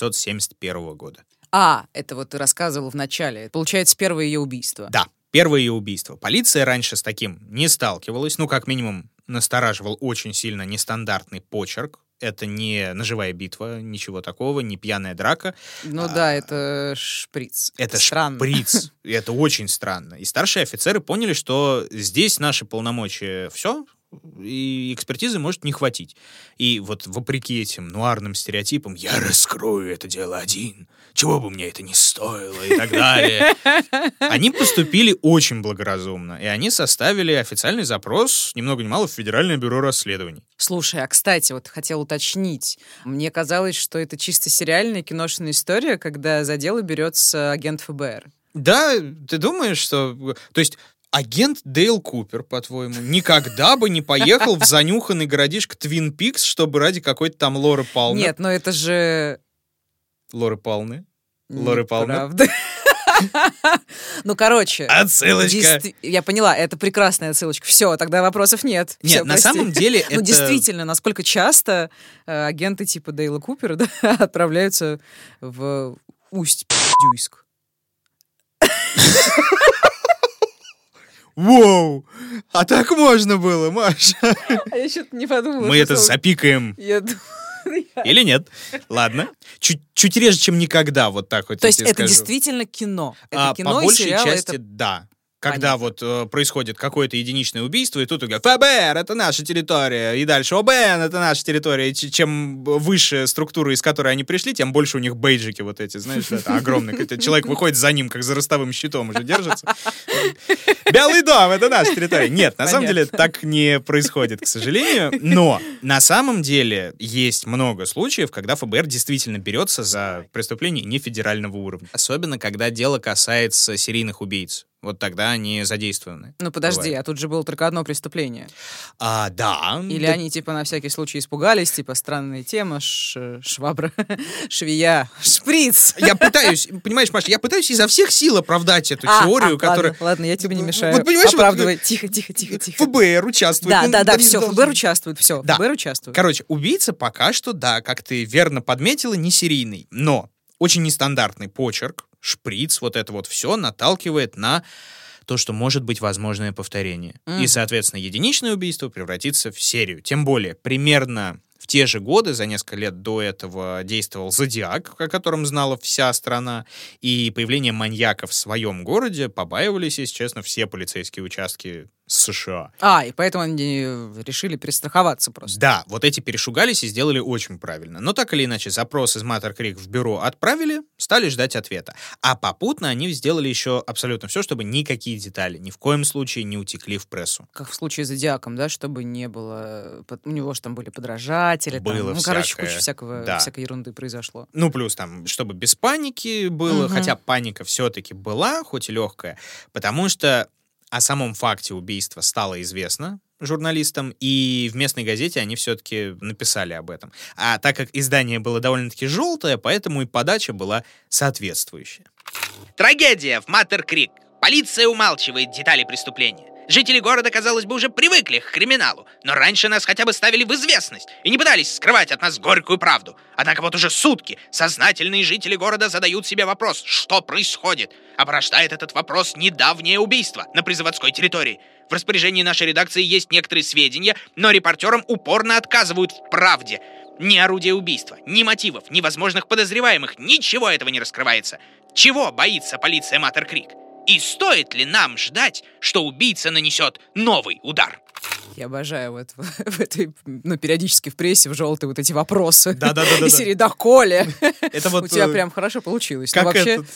1971 года. Это вот ты рассказывал в начале. Получается, первое ее убийство. Да, первое ее убийство. Полиция раньше с таким не сталкивалась. Как минимум, настораживал очень сильно нестандартный почерк. Это не ножевая битва, ничего такого, не пьяная драка. Это шприц. Это шприц. И это очень странно. И старшие офицеры поняли, что здесь наши полномочия все, и экспертизы может не хватить. И вот вопреки этим нуарным стереотипам «я раскрою это дело один, чего бы мне это ни стоило» и так далее, они поступили очень благоразумно, и они составили официальный запрос, ни много ни мало, в Федеральное бюро расследований. Слушай, кстати, хотел уточнить. Мне казалось, что это чисто сериальная киношная история, когда за дело берется агент ФБР. Да, ты думаешь, что... То есть агент Дейл Купер, по-твоему, никогда бы не поехал в занюханный городишко Твин Пикс, чтобы ради какой-то там Лоры Палмер... Нет, но это же... Лоры Палмер? Лоры Палмер? Правда. Короче. Отсылочка. Я поняла, это прекрасная отсылочка. Все, тогда вопросов нет. Нет, на самом деле это... действительно, насколько часто агенты типа Дейла Купера отправляются в Усть-Дюйск. Воу! А так можно было, Маша? А я что-то не подумала. Мы это запикаем. Или нет? Ладно. Чуть реже, чем никогда, вот так вот. То есть это действительно кино? Это кино по большей и сериал, части, да. Когда происходит какое-то единичное убийство, и тут говорят: ФБР — это наша территория, и дальше ОБН — это наша территория. И чем выше структура, из которой они пришли, тем больше у них бейджики вот эти, знаешь, это огромные. Человек выходит за ним, как за ростовым щитом уже держится. Белый дом — это наша территория. Нет, на самом деле так не происходит, к сожалению. Но на самом деле есть много случаев, когда ФБР действительно берется за преступления не федерального уровня. Особенно, когда дело касается серийных убийц. Вот тогда они задействованы. Ну, подожди, а тут же было только одно преступление. Да. Или они, на всякий случай испугались, странная тема, швабра, швея, шприц. Я пытаюсь, понимаешь, Маша, изо всех сил оправдать эту теорию, которая... Ладно, я тебе не мешаю. Вот, понимаешь, оправдывай. Тихо. ФБР участвует. Да, все, ФБР участвует, все, ФБР участвует. Короче, убийца пока что, да, как ты верно подметила, не серийный, но очень нестандартный почерк, шприц, вот это вот все наталкивает на то, что может быть возможное повторение. И, соответственно, единичное убийство превратится в серию. Тем более, примерно в те же годы, за несколько лет до этого, действовал «Зодиак», о котором знала вся страна, и появление маньяка в своем городе побаивались, если честно, все полицейские участки США. И поэтому они решили перестраховаться просто. Да, вот эти перешугались и сделали очень правильно. Но так или иначе, запрос из Matter Creek в бюро отправили, стали ждать ответа. А попутно они сделали еще абсолютно все, чтобы никакие детали ни в коем случае не утекли в прессу. Как в случае с «Зодиаком», да, чтобы не было... У него же там были подражатели. Было всякое. Куча всякой ерунды произошло. Плюс чтобы без паники было, хотя паника все-таки была, хоть и легкая, потому что о самом факте убийства стало известно журналистам, и в местной газете они все-таки написали об этом. А так как издание было довольно-таки желтое, поэтому и подача была соответствующая. Трагедия в Маттер-Крик. Полиция умалчивает детали преступления. Жители города, казалось бы, уже привыкли к криминалу, но раньше нас хотя бы ставили в известность и не пытались скрывать от нас горькую правду. Однако вот уже сутки сознательные жители города задают себе вопрос, что происходит. А порождает этот вопрос недавнее убийство на призаводской территории. В распоряжении нашей редакции есть некоторые сведения, но репортерам упорно отказывают в правде. Ни орудия убийства, ни мотивов, ни возможных подозреваемых, ничего этого не раскрывается. Чего боится полиция Маттер-Крик? И стоит ли нам ждать, что убийца нанесет новый удар? Я обожаю в этой, периодически в прессе, в желтые вот эти вопросы. Да. Из серии «Доколе». Это у тебя прям хорошо получилось. Как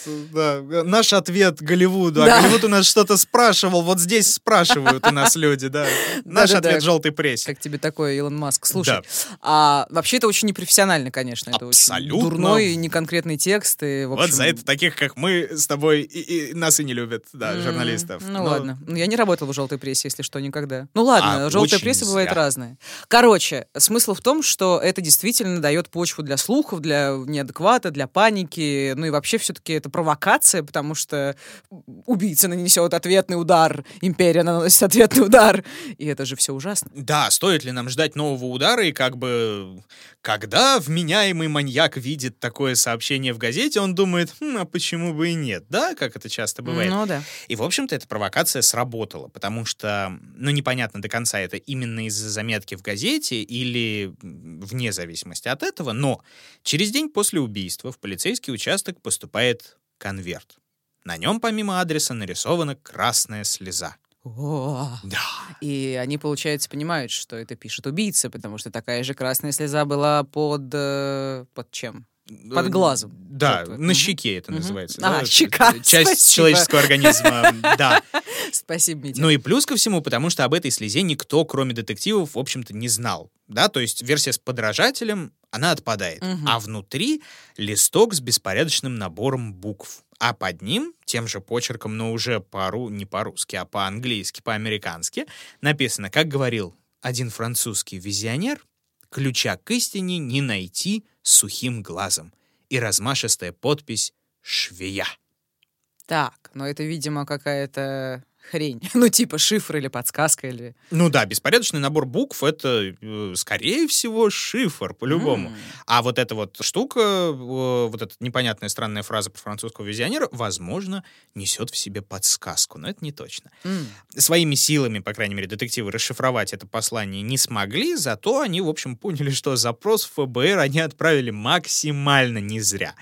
наш ответ Голливуду. А Голливуд у нас что-то спрашивал, вот здесь спрашивают у нас люди, да. Наш ответ желтой прессе. Как тебе такое, Илон Маск? Слушай, вообще это очень непрофессионально, конечно. Это очень дурной и неконкретный текст. Вот за это таких, как мы с тобой, и нас и не любят, журналистов. Ладно. Я не работал в желтой прессе, если что, никогда. Ладно, желтая пресса бывает разная. Короче, смысл в том, что это действительно дает почву для слухов, для неадеквата, для паники. И вообще все-таки это провокация, потому что убийца нанесет ответный удар, империя наносит ответный удар. И это же все ужасно. Да, стоит ли нам ждать нового удара? И когда вменяемый маньяк видит такое сообщение в газете, он думает, а почему бы и нет? Да, как это часто бывает. Да. И, в общем-то, эта провокация сработала, потому что, непонятно до конца, это именно из-за заметки в газете или вне зависимости от этого, но через день после убийства в полицейский участок поступает конверт. На нем помимо адреса нарисована красная слеза. Да. И они, получается, понимают, что это пишет убийца, потому что такая же красная слеза была под чем? Под глазом. Да, на щеке это называется. Щека. Часть человеческого организма, да. Спасибо, Митя. И плюс ко всему, потому что об этой слезе никто, кроме детективов, в общем-то, не знал. Да, то есть версия с подражателем, она отпадает. А внутри листок с беспорядочным набором букв. А под ним, тем же почерком, но уже не по-русски, а по-английски, по-американски, написано, как говорил один французский визионер, ключа к истине не найти сухим глазом. И размашистая подпись «Швея». Так, это, видимо, какая-то хрень. Шифр или подсказка, или... беспорядочный набор букв — это, скорее всего, шифр, по-любому. А вот эта вот штука, вот эта непонятная странная фраза про французского визионера, возможно, несет в себе подсказку, но это не точно. Своими силами, по крайней мере, детективы расшифровать это послание не смогли, зато они, в общем, поняли, что запрос в ФБР они отправили максимально не зря.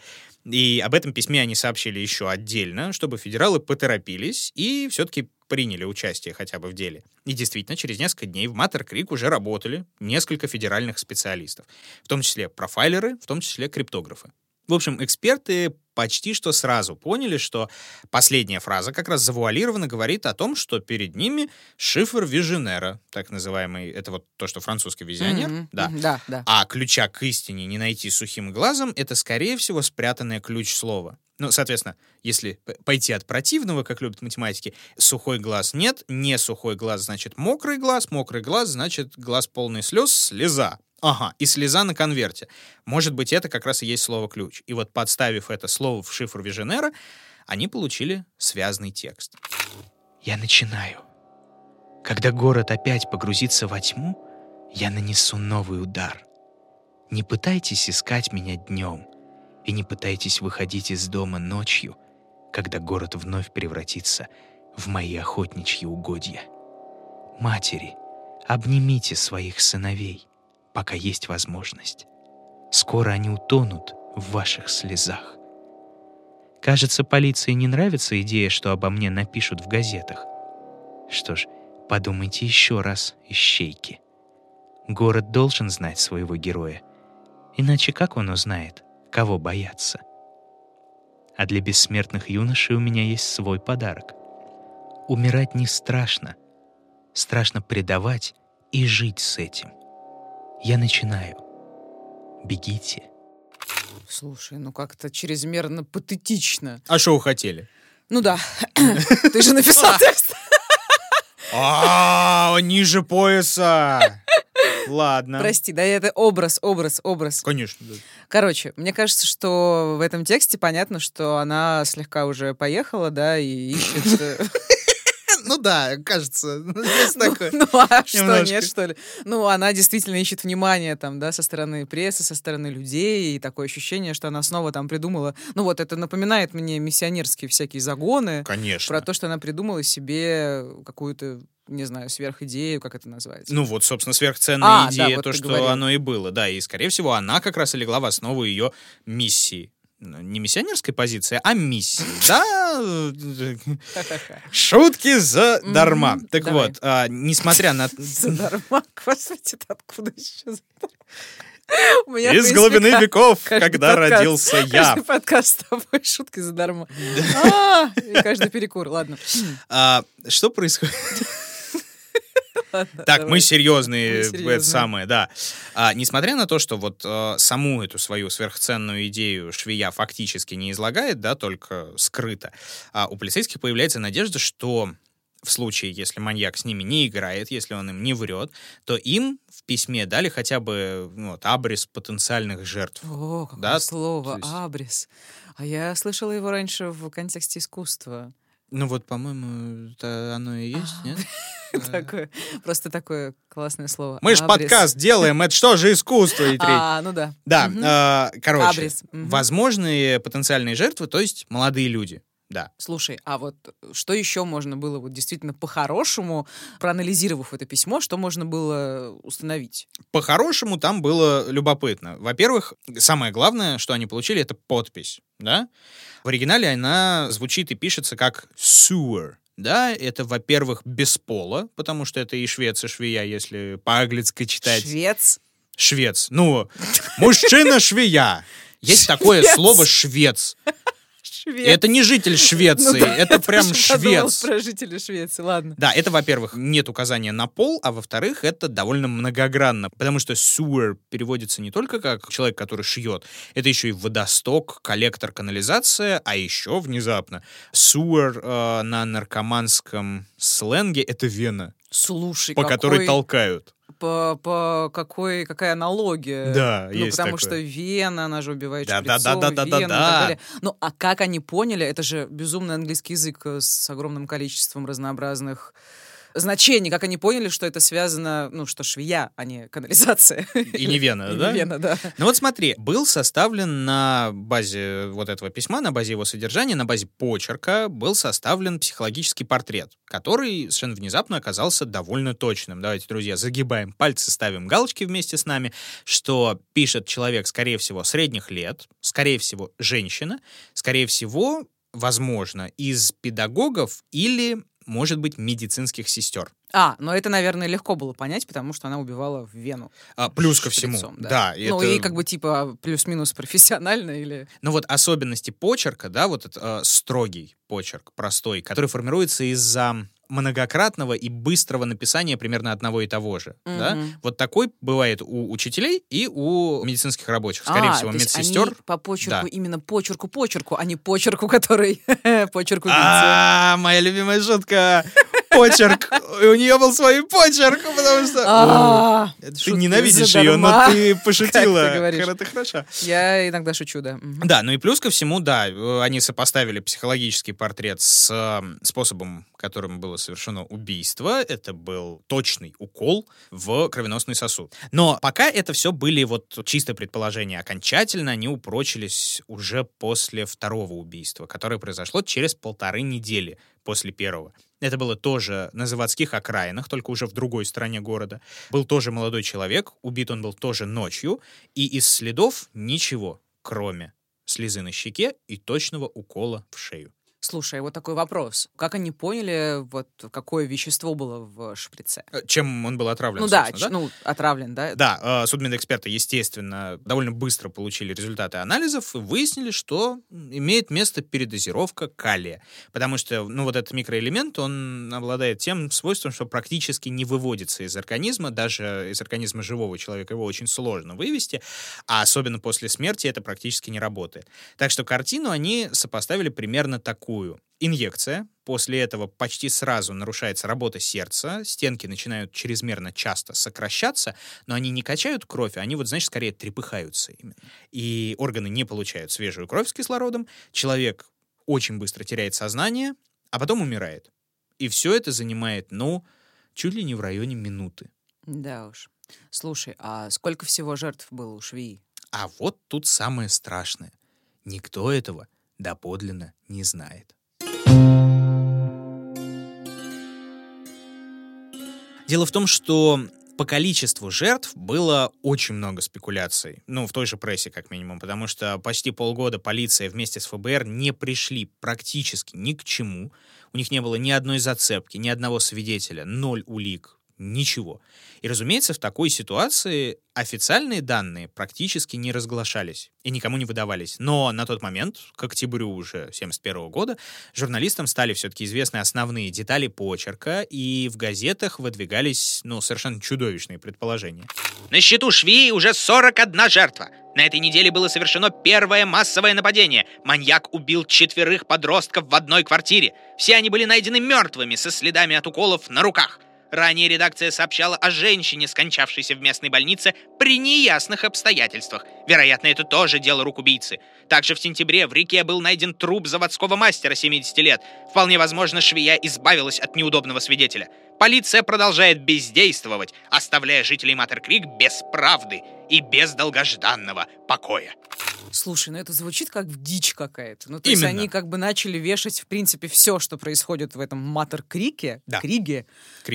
И об этом письме они сообщили еще отдельно, чтобы федералы поторопились и все-таки приняли участие хотя бы в деле. И действительно, через несколько дней в Маттер-Крик уже работали несколько федеральных специалистов, в том числе профайлеры, в том числе криптографы. В общем, эксперты почти что сразу поняли, что последняя фраза как раз завуалированно говорит о том, что перед ними шифр Виженера, так называемый, это вот то, что французский визионер, да. А ключа к истине не найти сухим глазом, это, скорее всего, спрятанное ключ-слово. Ну, соответственно, если пойти от противного, как любят математики, сухой глаз нет, не сухой глаз значит мокрый глаз значит глаз полный слез, слеза. Ага, и слеза на конверте. Может быть, это как раз и есть слово «ключ». И вот, подставив это слово в шифр Виженера, они получили связный текст. Я начинаю. Когда город опять погрузится во тьму, я нанесу новый удар. Не пытайтесь искать меня днем, и не пытайтесь выходить из дома ночью, когда город вновь превратится в мои охотничьи угодья. Матери, обнимите своих сыновей, пока есть возможность. Скоро они утонут в ваших слезах. Кажется, полиции не нравится идея, что обо мне напишут в газетах. Что ж, подумайте еще раз, ищейки. Город должен знать своего героя. Иначе как он узнает, кого бояться? А для бессмертных юношей у меня есть свой подарок. Умирать не страшно. Страшно предавать и жить с этим. Я начинаю. Бегите. Слушай, ну как-то чрезмерно патетично. А что вы хотели? Ну да, ты же написал текст. Ниже пояса. Ладно. Прости, да, это образ. Конечно, да. Короче, мне кажется, что в этом тексте понятно, что она слегка уже поехала, да, и ищет... Ну да, кажется, есть такое. Ну а что, нет, что ли? Ну, она действительно ищет внимание там, да, со стороны прессы, со стороны людей, и такое ощущение, что она снова там придумала... Ну вот, это напоминает мне миссионерские всякие загоны. Конечно. Про то, что она придумала себе какую-то, не знаю, сверхидею, как это называется. Ну вот, собственно, сверхценная идея, да, вот то, что говорил. оно и было, да, и, скорее всего, она как раз и легла в основу ее миссии. Не миссионерской позиции, а миссии, да? Шутки задарма. Так вот, несмотря на... Задарма? Господи, это откуда еще Из глубины веков, когда родился я. Каждый подкаст с тобой, шутки задарма. И каждый перекур, ладно. Что происходит? Ладно, Так, давай. мы серьезные, Мы серьезные. это самое, да. Несмотря на то, что вот саму эту свою сверхценную идею швея фактически не излагает, да, только скрыто, у полицейских появляется надежда, что в случае, если маньяк с ними не играет, если он им не врет, то им в письме дали хотя бы абрис потенциальных жертв. О, какое Да, слово, то есть- абрис. А я слышала его раньше в контексте искусства. Ну вот, по-моему, это оно и есть, нет? Такое, просто такое классное слово. Мы же Абрис. подкаст делаем, это что же искусство? И Ну да. Да, короче, Абрис. Мгм. возможные потенциальные жертвы, то есть молодые люди. Да. Слушай, а вот что еще можно было вот действительно по-хорошему, проанализировав это письмо, что можно было установить? По-хорошему там было любопытно. Во-первых, самое главное, что они получили, это подпись, да? В оригинале она звучит и пишется как sewer. Да, это, во-первых, без пола, потому что это и швец, и швея, если по-английски читать. Швец? Швец. Ну, мужчина-швея. Есть такое слово «швец». Швец. Это не житель Швеции, Ну да, это прям же подумала швец. про жителей Швеции, ладно. Да, это, во-первых, нет указания на пол, а во-вторых, это довольно многогранно, потому что sewer переводится не только как человек, который шьет, это еще и водосток, коллектор, канализация, а еще внезапно sewer на наркоманском сленге — это вена, Слушай, по которой толкают. Какая аналогия. Да, ну, есть потому такое. что вена, она же убивает Да, шприцов, да, да, да, да, вены и да. так далее. Ну, а как они поняли, это же безумный английский язык с огромным количеством разнообразных значение, как они поняли, что это связано, что швея, а не канализация. И не вена, да? И не вена, да. Ну вот смотри, был составлен на базе вот этого письма, на базе его содержания, на базе почерка был составлен психологический портрет, который совершенно внезапно оказался довольно точным. Давайте, друзья, загибаем пальцы, ставим галочки вместе с нами, что пишет человек, скорее всего, средних лет, скорее всего, женщина, скорее всего, возможно, из педагогов или, может быть, медицинских сестер. Но это, наверное, легко было понять, потому что она убивала в вену. Плюс ко всему, да. И плюс-минус профессионально или... Но вот особенности почерка, да, вот этот строгий почерк, простой, который формируется из-за многократного и быстрого написания примерно одного и того же. Да? Вот такой бывает у учителей и у медицинских рабочих. Скорее всего, медсестер. Они по почерку, именно почерку, а не почерку, который почерк убийцы. Моя любимая шутка. Почерк. У нее был свой почерк, потому что... Ты ненавидишь ее, но ты пошутила. Это хорошо. Я иногда шучу, да. Да, ну и плюс ко всему, да, они сопоставили психологический портрет с способом, которым было совершено убийство. Это был точный укол в кровеносный сосуд. Но пока это все были вот чисто предположения. Окончательно они упрочились уже после второго убийства, которое произошло через 1,5 недели после первого. Это было тоже на заводских окраинах, только уже в другой стороне города. Был тоже молодой человек, убит он был тоже ночью, и из следов ничего, кроме слезы на щеке и точного укола в шею. Слушай, вот такой вопрос. Как они поняли, вот какое вещество было в шприце? Чем он был отравлен, отравлен, да? Да, судмедэксперты, естественно, довольно быстро получили результаты анализов и выяснили, что имеет место передозировка калия. Потому что, вот этот микроэлемент, он обладает тем свойством, что практически не выводится из организма, даже из организма живого человека его очень сложно вывести, а особенно после смерти это практически не работает. Так что картину они сопоставили примерно такую. Инъекция. После этого почти сразу нарушается работа сердца, стенки начинают чрезмерно часто сокращаться, но они не качают кровь, они скорее трепыхаются именно. И органы не получают свежую кровь с кислородом, человек очень быстро теряет сознание, а потом умирает. И все это занимает, чуть ли не в районе минуты. Да уж. Слушай, а сколько всего жертв было у швеи? А вот тут самое страшное. Никто этого доподлинно не знает. Дело в том, что по количеству жертв было очень много спекуляций. В той же прессе, как минимум, потому что почти полгода полиция вместе с ФБР не пришли практически ни к чему. У них не было ни одной зацепки, ни одного свидетеля, 0 улик, ничего. И, разумеется, в такой ситуации официальные данные практически не разглашались и никому не выдавались. Но на тот момент, к октябрю уже 1971 года, журналистам стали все-таки известны основные детали почерка, и в газетах выдвигались, совершенно чудовищные предположения. На счету швеи уже 41 жертва. На этой неделе было совершено первое массовое нападение. Маньяк убил 4 подростков в одной квартире. Все они были найдены мертвыми, со следами от уколов на руках. Ранее редакция сообщала о женщине, скончавшейся в местной больнице при неясных обстоятельствах. Вероятно, это тоже дело рук убийцы. Также в сентябре в реке был найден труп заводского мастера 70 лет. Вполне возможно, швея избавилась от неудобного свидетеля. Полиция продолжает бездействовать, оставляя жителей Матер-Крик без правды и без долгожданного покоя. Слушай, это звучит как дичь какая-то. То есть они начали вешать, в принципе, все, что происходит в этом Матер-Крике. Да. Крике.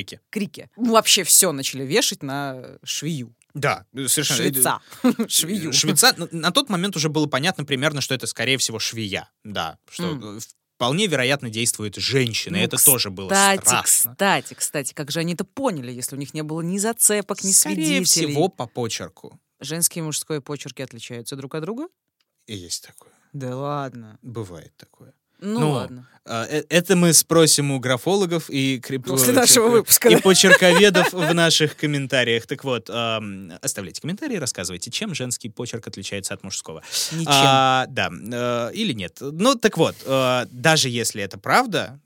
Вообще все начали вешать на швею. Да, совершенно. Швеца. Швею. Швеца. На тот момент уже было понятно примерно, что это, скорее всего, швея. Да, что вполне вероятно действует женщина. Это тоже было страшно. Кстати, как же они это поняли, если у них не было ни зацепок, ни свидетелей? Скорее всего, по почерку. Женские и мужские почерки отличаются друг от друга? И есть такое. Да ладно. Бывает такое. Ладно. Это мы спросим у графологов и после нашего выпуска, и почерковедов в наших комментариях. Так вот, оставляйте комментарии, рассказывайте, чем женский почерк отличается от мужского. Ничем. Да, или нет. Так вот, даже если это правда,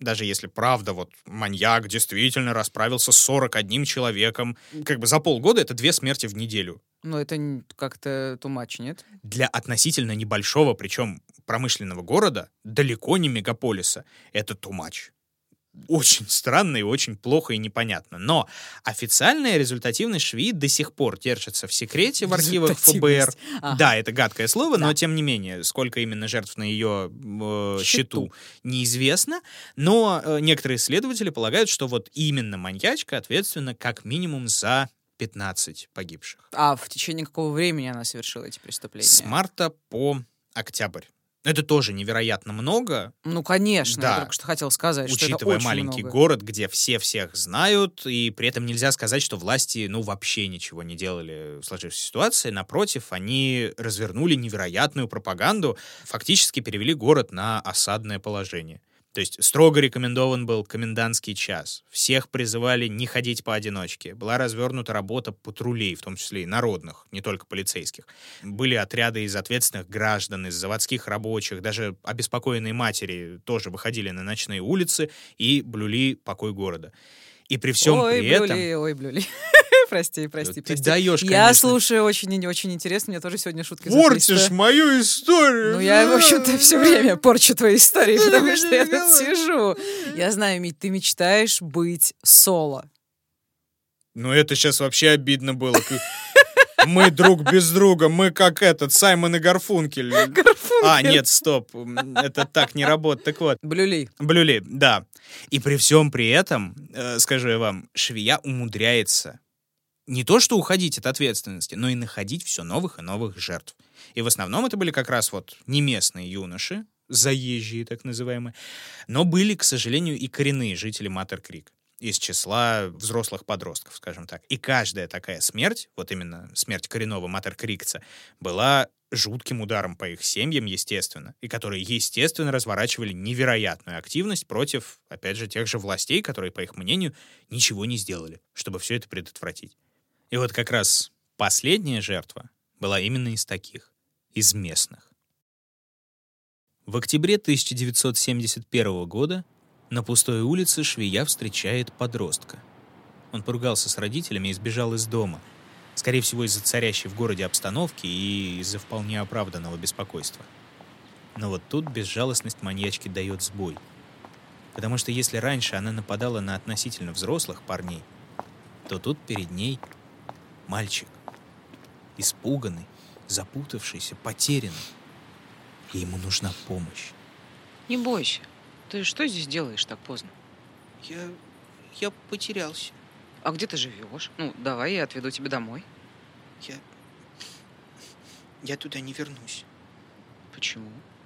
маньяк действительно расправился с 41 человеком, за полгода это 2 смерти в неделю. Это как-то too much, нет? Для относительно небольшого, причем промышленного города, далеко не мегаполиса, это too much. очень странно и очень плохо и непонятно. Но официальная результативность швеи до сих пор держится в секрете в архивах ФБР. Ага. Да, это гадкое слово, Да. но тем не менее, сколько именно жертв на ее счету неизвестно. Но некоторые исследователи полагают, что вот именно маньячка ответственна как минимум за 15 погибших. А в течение какого времени она совершила эти преступления? С марта по октябрь. Это тоже невероятно много. Ну, конечно, Да. я только что хотел сказать, что это Учитывая очень маленький много. город, где все всех знают, и при этом нельзя сказать, что власти, вообще ничего не делали в сложившейся ситуации. Напротив, они развернули невероятную пропаганду, фактически перевели город на осадное положение. То есть строго рекомендован был комендантский час. Всех призывали не ходить поодиночке. Была развернута работа патрулей, в том числе и народных, не только полицейских. Были отряды из ответственных граждан, из заводских рабочих, даже обеспокоенные матери тоже выходили на ночные улицы и блюли покой города. И при всем при этом... Ой, блюли. Прости. Ты даешь, Я конечно. слушаю, очень интересно, мне тоже сегодня шутки Портишь записаны. мою историю! Ну, я, в общем-то, все время порчу твои истории, потому что я тут сижу. Я знаю, Мить, ты мечтаешь быть соло. Ну, это сейчас вообще обидно было. Мы друг без друга, мы как Саймон и Гарфункель. А, нет, стоп, это так не работает. Так вот. Блюли, да. И при всем при этом, скажу я вам, швея умудряется не то что уходить от ответственности, но и находить все новых и новых жертв. И в основном это были как раз вот не местные юноши, заезжие так называемые, но были, к сожалению, и коренные жители Маттер-Крик из числа взрослых подростков, скажем так. И каждая такая смерть, вот именно смерть коренного Маттер-Крикца, была жутким ударом по их семьям, естественно, и которые, естественно, разворачивали невероятную активность против, опять же, тех же властей, которые, по их мнению, ничего не сделали, чтобы все это предотвратить. И вот как раз последняя жертва была именно из таких, из местных. В октябре 1971 года на пустой улице швея встречает подростка. Он поругался с родителями и сбежал из дома, скорее всего, из-за царящей в городе обстановки и из-за вполне оправданного беспокойства. Но вот тут безжалостность маньячки дает сбой. Потому что если раньше она нападала на относительно взрослых парней, то тут перед ней мальчик, испуганный, запутавшийся, потерянный. И ему нужна помощь. Не бойся. Ты что здесь делаешь так поздно? Я потерялся. А где ты живешь? Ну, давай я отведу тебя домой. Я туда не вернусь. Почему?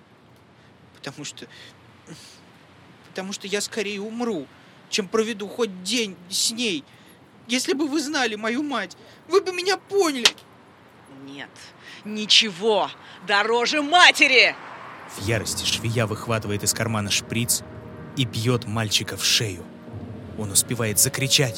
Потому что я скорее умру, чем проведу хоть день с ней. Если бы вы знали мою мать, вы бы меня поняли. Нет, ничего дороже матери! В ярости швея выхватывает из кармана шприц и бьет мальчика в шею. Он успевает закричать.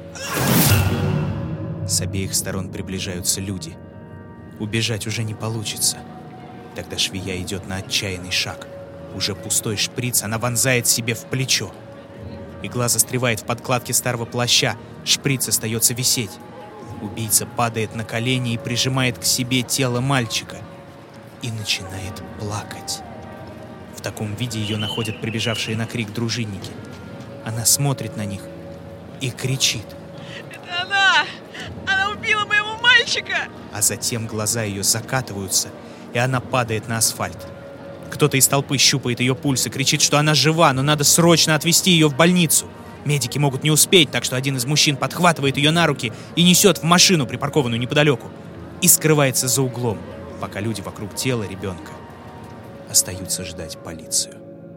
С обеих сторон приближаются люди. Убежать уже не получится. Тогда швея идет на отчаянный шаг. Уже пустой шприц она вонзает себе в плечо. Игла застревает в подкладке старого плаща. Шприц остается висеть. Убийца падает на колени и прижимает к себе тело мальчика. И начинает плакать. В таком виде ее находят прибежавшие на крик дружинники. Она смотрит на них и кричит. Это она! Она убила моего мальчика! А затем глаза ее закатываются, и она падает на асфальт. Кто-то из толпы щупает ее пульс и кричит, что она жива, но надо срочно отвезти ее в больницу. Медики могут не успеть, так что один из мужчин подхватывает ее на руки и несет в машину, припаркованную неподалеку, и скрывается за углом, пока люди вокруг тела ребенка остаются ждать полицию.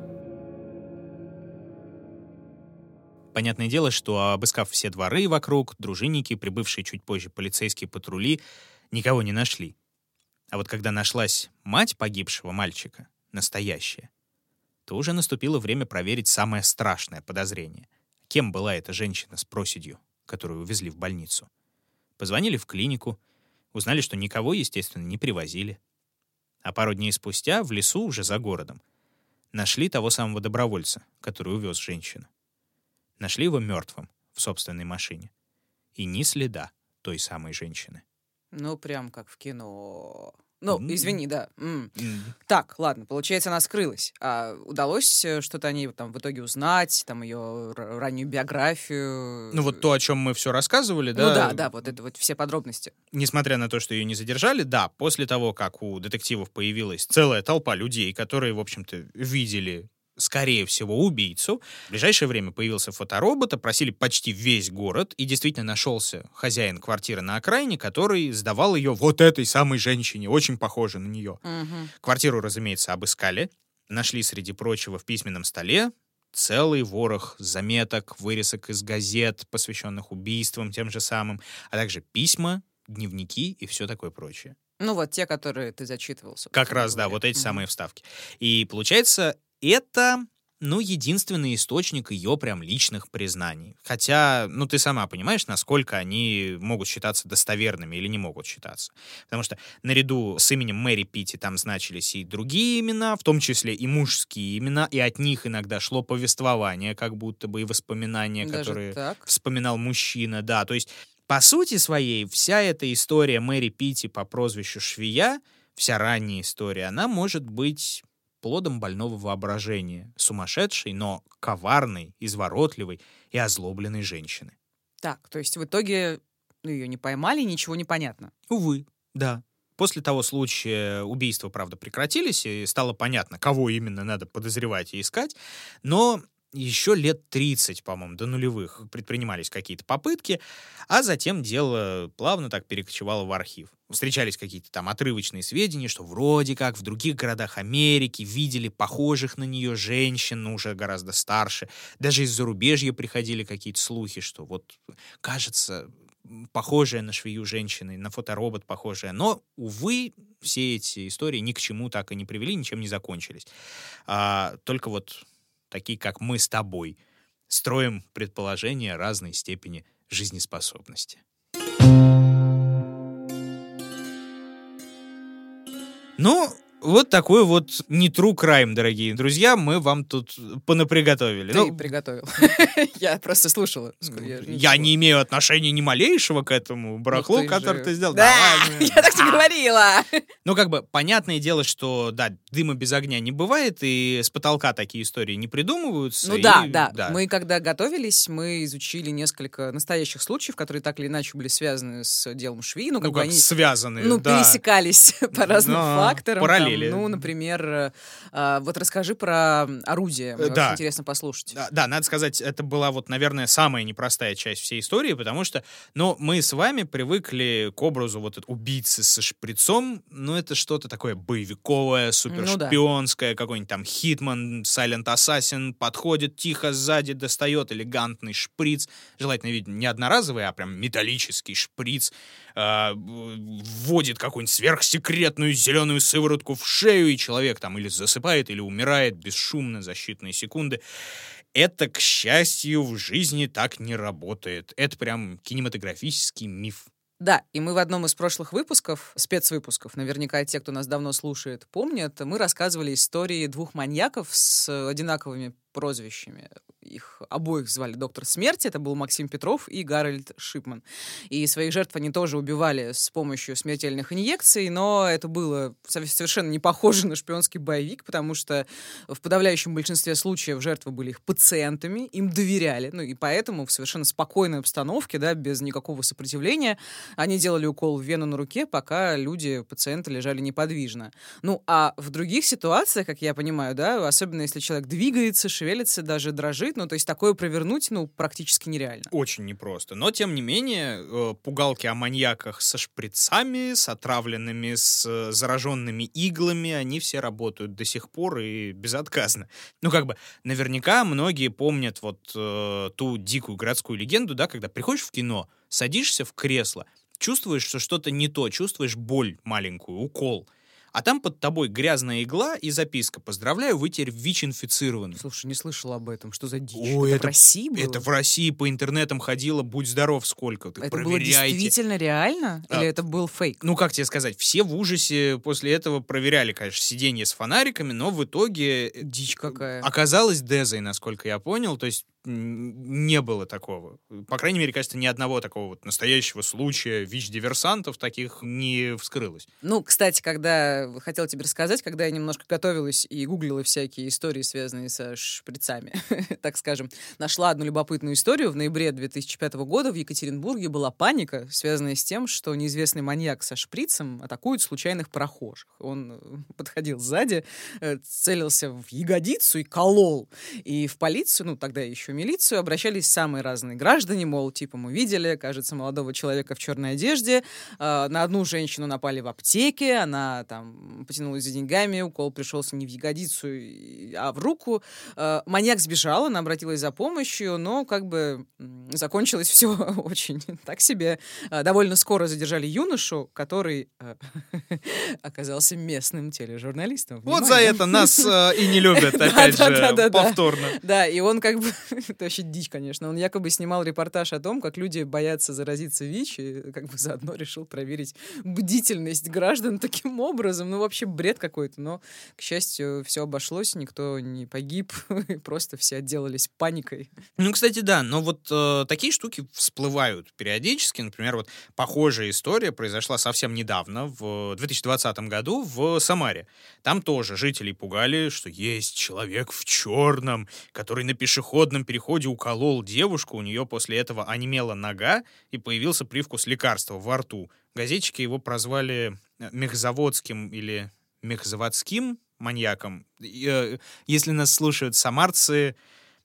Понятное дело, что, обыскав все дворы вокруг, дружинники, прибывшие чуть позже полицейские патрули, никого не нашли. А вот когда нашлась мать погибшего мальчика, настоящая, то уже наступило время проверить самое страшное подозрение. Кем была эта женщина с проседью, которую увезли в больницу? Позвонили в клинику, узнали, что никого, естественно, не привозили. А пару дней спустя в лесу, уже за городом, нашли того самого добровольца, который увез женщину. Нашли его мертвым в собственной машине. И ни следа той самой женщины. Ну, прям как в кино. Ну, извини, да. Так, ладно, получается, она скрылась. А удалось что-то о ней там в итоге узнать, там ее раннюю биографию? Ну, вот то, о чем мы все рассказывали, да? Ну да, вот это вот все подробности. Несмотря на то, что ее не задержали, да, после того, как у детективов появилась целая толпа людей, которые, в общем-то, видели, скорее всего, убийцу, в ближайшее время появился фоторобот, опросили почти весь город, и действительно нашелся хозяин квартиры на окраине, который сдавал ее вот этой самой женщине, очень похожей на нее. Квартиру, разумеется, обыскали, нашли, среди прочего, в письменном столе целый ворох заметок, вырезок из газет, посвященных убийствам тем же самым, а также письма, дневники и все такое прочее. Ну вот те, которые ты зачитывался. Как раз, да, вот эти самые вставки. И получается, это, ну, единственный источник ее прям личных признаний. Хотя, ну, ты сама понимаешь, насколько они могут считаться достоверными или не могут считаться. Потому что наряду с именем Мэри Питти там значились и другие имена, в том числе и мужские имена, и от них иногда шло повествование, как будто бы и воспоминания, даже которые так? вспоминал мужчина. Да, то есть, по сути своей, вся эта история Мэри Питти по прозвищу Швея, вся ранняя история, она может быть плодом больного воображения, сумасшедшей, но коварной, изворотливой и озлобленной женщины. Так, то есть в итоге ее не поймали, ничего не понятно. Увы, да. После того случая убийства, правда, прекратились, и стало понятно, кого именно надо подозревать и искать, но еще лет 30, по-моему, до нулевых предпринимались какие-то попытки, а затем дело плавно так перекочевало в архив. Встречались какие-то там отрывочные сведения, что вроде как в других городах Америки видели похожих на нее женщин, но уже гораздо старше. Даже из зарубежья приходили какие-то слухи, что вот, кажется, похожая на швею женщина, на фоторобот похожая. Но, увы, все эти истории ни к чему так и не привели, ничем не закончились. Только вот такие, как мы с тобой, строим предположения разной степени жизнеспособности. Ну, вот такой вот не true crime, дорогие друзья, мы вам тут понаприготовили. Ты приготовил. Я просто слушала. Я не имею отношения ни малейшего к этому барахлу, который ты сделал. Да, я так не говорила. Ну, как бы, понятное дело, что, да, дыма без огня не бывает, и с потолка такие истории не придумываются. Ну да. Мы, когда готовились, мы изучили несколько настоящих случаев, которые так или иначе были связаны с делом Швеи. Ну, как они связаны, пересекались по разным факторам. Параллели. Ну, например, вот расскажи про орудие. Мне очень интересно послушать. Да, надо сказать, это была вот, наверное, самая непростая часть всей истории, потому что, ну, мы с вами привыкли к образу вот убийцы со шприцом, ну, это что-то такое боевиковое, супершпионское, какой-нибудь там Хитман, Silent Assassin подходит тихо сзади, достает элегантный шприц, желательно, видно, не одноразовый, а прям металлический шприц, вводит какую-нибудь сверхсекретную зеленую сыворотку в шею, и человек там или засыпает, или умирает бесшумно за считанные секунды. Это, к счастью, в жизни так не работает. Это прям кинематографический миф. Да, и мы в одном из прошлых выпусков, спецвыпусков, наверняка те, кто нас давно слушает, помнят, мы рассказывали истории двух маньяков с одинаковыми прозвищами. Их обоих звали Доктор Смерть, это был Максим Петров и Гарольд Шипман. И своих жертв они тоже убивали с помощью смертельных инъекций, но это было совершенно не похоже на шпионский боевик, потому что в подавляющем большинстве случаев жертвы были их пациентами, им доверяли, ну и поэтому в совершенно спокойной обстановке, да, без никакого сопротивления, они делали укол в вену на руке, пока люди, пациенты, лежали неподвижно. Ну, а в других ситуациях, как я понимаю, да, особенно если человек двигается, шевелится, даже дрожит, ну, то есть такое провернуть, ну, практически нереально. Очень непросто. Но, тем не менее, пугалки о маньяках со шприцами, с отравленными, с зараженными иглами, они все работают до сих пор и безотказно. Ну, как бы, наверняка многие помнят вот ту дикую городскую легенду, да, когда приходишь в кино, садишься в кресло, чувствуешь, что что-то не то, чувствуешь боль маленькую, укол. А там под тобой грязная игла и записка: «Поздравляю, вы теперь ВИЧ-инфицированы». Слушай, не слышала об этом. Что за дичь? Это в России было? Это в России по интернетам ходило, будь здоров, сколько. Это проверяйте. Было действительно реально? Или это был фейк? Ну, как тебе сказать, все в ужасе после этого проверяли, конечно, сиденье с фонариками, но в итоге... Дичь какая. Оказалось дезой, насколько я понял. То есть не было такого. По крайней мере, кажется, ни одного такого вот настоящего случая ВИЧ-диверсантов таких не вскрылось. Ну, кстати, когда хотела тебе рассказать, когда я немножко готовилась и гуглила всякие истории, связанные со шприцами, так скажем, нашла одну любопытную историю. В ноябре 2005 года в Екатеринбурге была паника, связанная с тем, что неизвестный маньяк со шприцем атакует случайных прохожих. Он подходил сзади, целился в ягодицу и колол. И в полицию, ну, тогда еще милицию, обращались самые разные граждане, мол, типа, мы видели, кажется, молодого человека в черной одежде, на одну женщину напали в аптеке, она там потянулась за деньгами, укол пришелся не в ягодицу, а в руку. Маньяк сбежал, она обратилась за помощью, но как бы закончилось все очень так себе. Довольно скоро задержали юношу, который оказался местным тележурналистом. Вот за это нас и не любят, опять же, повторно. Да, и он как бы... Это вообще дичь, конечно. Он якобы снимал репортаж о том, как люди боятся заразиться ВИЧ, и как бы заодно решил проверить бдительность граждан таким образом. Ну, вообще бред какой-то. Но, к счастью, все обошлось, никто не погиб, просто все отделались паникой. Ну, кстати, да, но вот такие штуки всплывают периодически. Например, вот похожая история произошла совсем недавно, в 2020 году в Самаре. Там тоже жителей пугали, что есть человек в черном, который на пешеходном переходе уколол девушку, у нее после этого онемела нога и появился привкус лекарства во рту. Газетчики его прозвали мехзаводским или мехзаводским маньяком. Если нас слушают самарцы,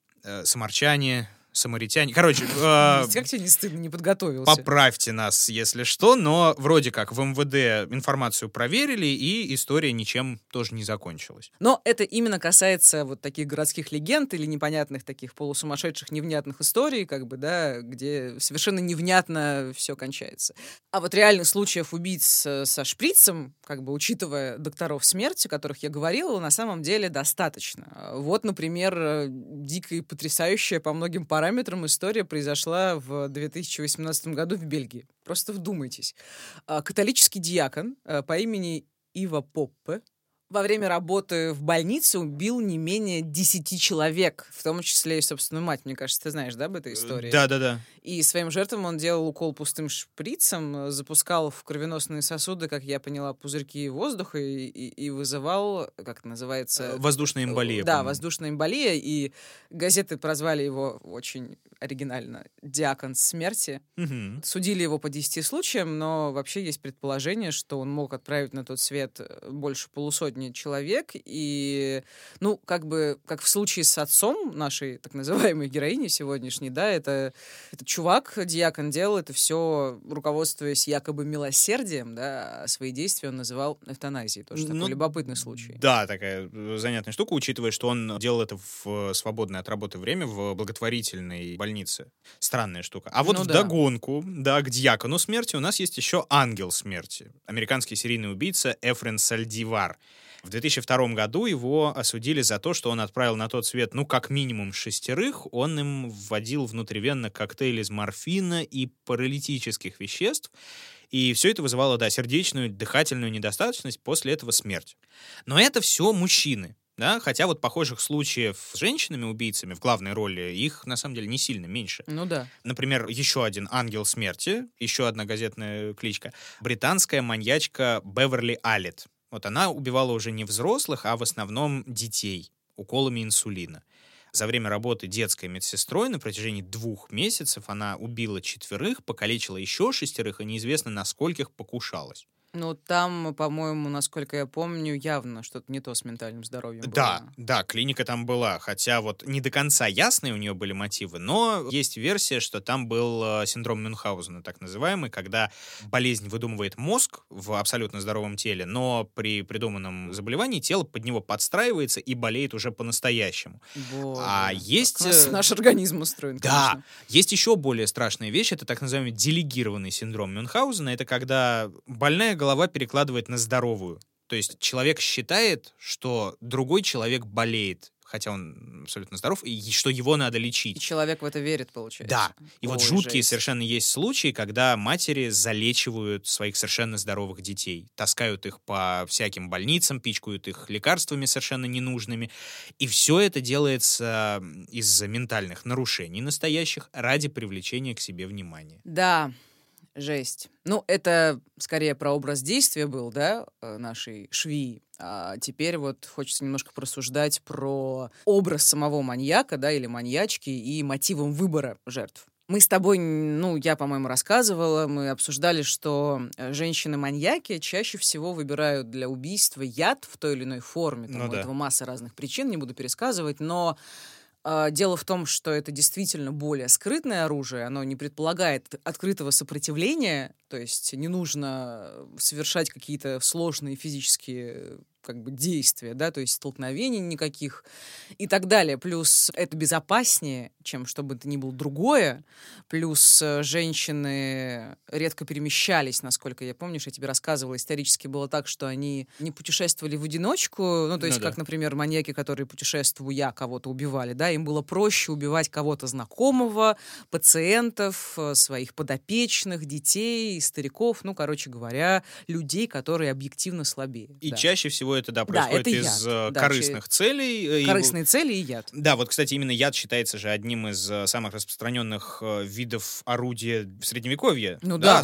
самарчане, самаритяне. Короче, как тебе не стыдно, не подготовился? Поправьте нас, если что, но вроде как в МВД информацию проверили, и история ничем тоже не закончилась. Но это именно касается вот таких городских легенд или непонятных таких полусумасшедших, невнятных историй, как бы, да, где совершенно невнятно все кончается. А вот реальных случаев убийц со шприцем, как бы учитывая докторов смерти, о которых я говорила, на самом деле достаточно. Вот, например, дикая и потрясающая по многим параметрам история произошла в 2018 году в Бельгии. Просто вдумайтесь. Католический диакон по имени Ива Поппе во время работы в больнице убил не менее 10 человек, в том числе и собственную мать. Мне кажется, ты знаешь, да, об этой истории? Да. И своим жертвам он делал укол пустым шприцем, запускал в кровеносные сосуды, как я поняла, пузырьки воздуха и вызывал, как это называется? Воздушная эмболия. Да, воздушная эмболия. И газеты прозвали его очень оригинально «Диакон смерти». Угу. Судили его по 10 случаям, но вообще есть предположение, что он мог отправить на тот свет больше полусотни человек. И, ну, как бы, как в случае с отцом нашей так называемой героини сегодняшней, да, это чувак, диакон, делал это все, руководствуясь якобы милосердием, да, а свои действия он называл эвтаназией. Тоже такой любопытный случай. Да, такая занятная штука, учитывая, что он делал это в свободное от работы время в благотворительной больнице. Странная штука. А вот вдогонку, да, к диакону смерти у нас есть еще ангел смерти. Американский серийный убийца Эфрен Сальдивар. В 2002 году его осудили за то, что он отправил на тот свет, ну, как минимум 6. Он им вводил внутривенно коктейль из морфина и паралитических веществ. И все это вызывало, да, сердечную, дыхательную недостаточность, после этого смерть. Но это все мужчины. Да, хотя вот похожих случаев с женщинами-убийцами в главной роли их, на самом деле, не сильно меньше. Ну да. Например, еще один ангел смерти, еще одна газетная кличка, британская маньячка Беверли Аллет. Вот она убивала уже не взрослых, а в основном детей уколами инсулина. За время работы детской медсестрой на протяжении 2 месяцев она убила 4, покалечила еще 6, и неизвестно, на скольких покушалась. Ну, там, по-моему, насколько я помню, явно что-то не то с ментальным здоровьем было. Да, клиника там была. Хотя вот не до конца ясные у нее были мотивы, но есть версия, что там был синдром Мюнхгаузена, так называемый, когда болезнь выдумывает мозг в абсолютно здоровом теле, но при придуманном заболевании тело под него подстраивается и болеет уже по-настоящему. Боже, а есть... наш организм устроен, да, конечно. Есть еще более страшная вещь, это так называемый делегированный синдром Мюнхгаузена. Это когда больная голова перекладывает на здоровую. То есть человек считает, что другой человек болеет, хотя он абсолютно здоров, и что его надо лечить. И человек в это верит, получается. Да. И вот жуткие совершенно есть случаи, когда матери залечивают своих совершенно здоровых детей, таскают их по всяким больницам, пичкают их лекарствами совершенно ненужными. И все это делается из-за ментальных нарушений настоящих ради привлечения к себе внимания. Да, жесть. Ну, это скорее про образ действия был, да, нашей швеи. А теперь вот хочется немножко порассуждать про образ самого маньяка, да, или маньячки и мотивом выбора жертв. Мы с тобой, я, по-моему, рассказывала, мы обсуждали, что женщины-маньяки чаще всего выбирают для убийства яд в той или иной форме. Там у этого масса разных причин, не буду пересказывать, но дело в том, что это действительно более скрытное оружие, оно не предполагает открытого сопротивления, то есть не нужно совершать какие-то сложные физические действия, да, то есть столкновений никаких и так далее. Плюс это безопаснее, чем что бы то ни было другое. Плюс женщины редко перемещались, насколько я помню, я тебе рассказывала, исторически было так, что они не путешествовали в одиночку, как, например, маньяки, которые, путешествуя, кого-то убивали, да, им было проще убивать кого-то знакомого, пациентов, своих подопечных, детей, стариков, короче говоря, людей, которые объективно слабее. И чаще всего это, происходит это из корыстных целей. Корыстные цели и яд. Да, вот, кстати, именно яд считается же одним из самых распространенных видов орудия в Средневековье.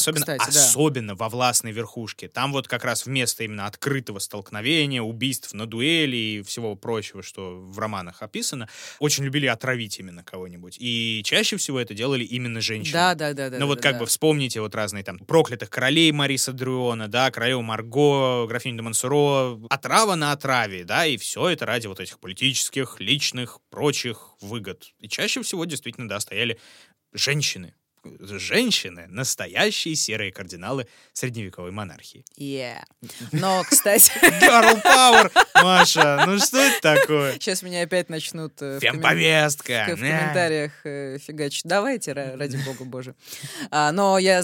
Особенно во властной верхушке. Там вот как раз вместо именно открытого столкновения, убийств на дуэли и всего прочего, что в романах описано, очень любили отравить именно кого-нибудь. И чаще всего это делали именно женщины. Да. Вспомните вот разные там проклятых королей Мариса Дрюона, да, королеву Марго, графиню де Монсоро, отрава на отраве, да, и все это ради вот этих политических, личных, прочих выгод. И чаще всего действительно, да, стояли женщины. Женщины — настоящие серые кардиналы средневековой монархии. Но, кстати... Girl power! Маша, что это такое? Сейчас меня опять начнут фемповестка в комментариях фигачить. Давайте, ради бога боже. Но я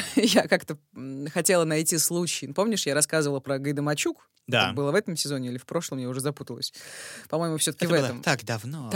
как-то хотела найти случай. Помнишь, я рассказывала про Гайдамачук? Да. Было в этом сезоне или в прошлом, я уже запуталась. По-моему, все-таки в этом. Так давно.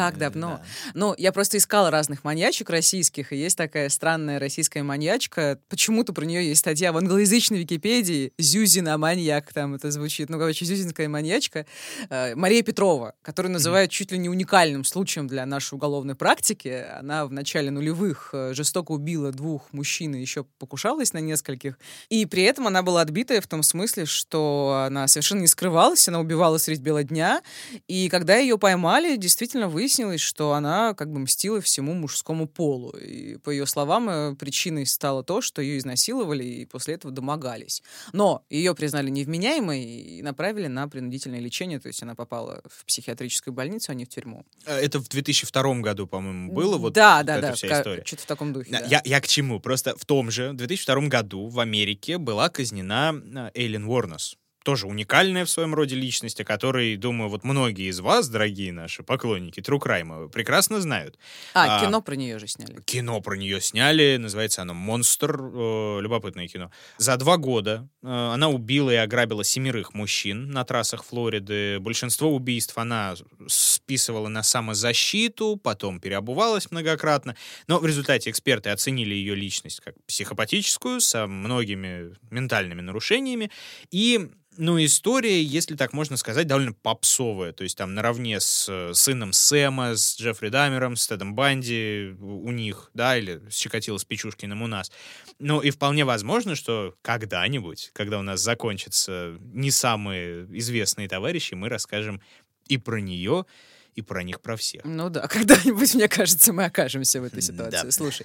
Да. Я просто искала разных маньячек российских, и есть такая странная российская маньячка. Почему-то про нее есть статья в англоязычной Википедии. Зюзина маньяк, там это звучит. Зюзинская маньячка. Мария Петрова, которую называют чуть ли не уникальным случаем для нашей уголовной практики. Она в начале нулевых жестоко убила 2 мужчин и еще покушалась на нескольких. И при этом она была отбитая в том смысле, что она совершенно не скрывалась, она убивала средь бела дня, и когда ее поймали, действительно выяснилось, что она мстила всему мужскому полу. И, по ее словам, причиной стало то, что ее изнасиловали и после этого домогались. Но ее признали невменяемой и направили на принудительное лечение, то есть она попала в психиатрическую больницу, а не в тюрьму. Это в 2002 году, по-моему, было? Да, вся история. Что-то в таком духе. Я к чему? Просто в том же 2002 году в Америке была казнена Эйлин Уорнос. Тоже уникальная в своем роде личность, о которой, думаю, вот многие из вас, дорогие наши поклонники True Crime, прекрасно знают. Кино про нее же сняли. Кино про нее сняли, называется оно «Монстр», любопытное кино. За 2 года она убила и ограбила 7 мужчин на трассах Флориды. Большинство убийств она списывала на самозащиту, потом переобувалась многократно. Но в результате эксперты оценили ее личность как психопатическую, со многими ментальными нарушениями. И история, если так можно сказать, довольно попсовая. То есть там наравне с сыном Сэма, с Джеффри Даммером, с Тедом Банди у них, да, или с Чикатило с Печушкиным у нас. И вполне возможно, что когда-нибудь, когда у нас закончатся не самые известные товарищи, мы расскажем и про нее, и про них, про всех. Когда-нибудь, мне кажется, мы окажемся в этой ситуации. Да. Слушай,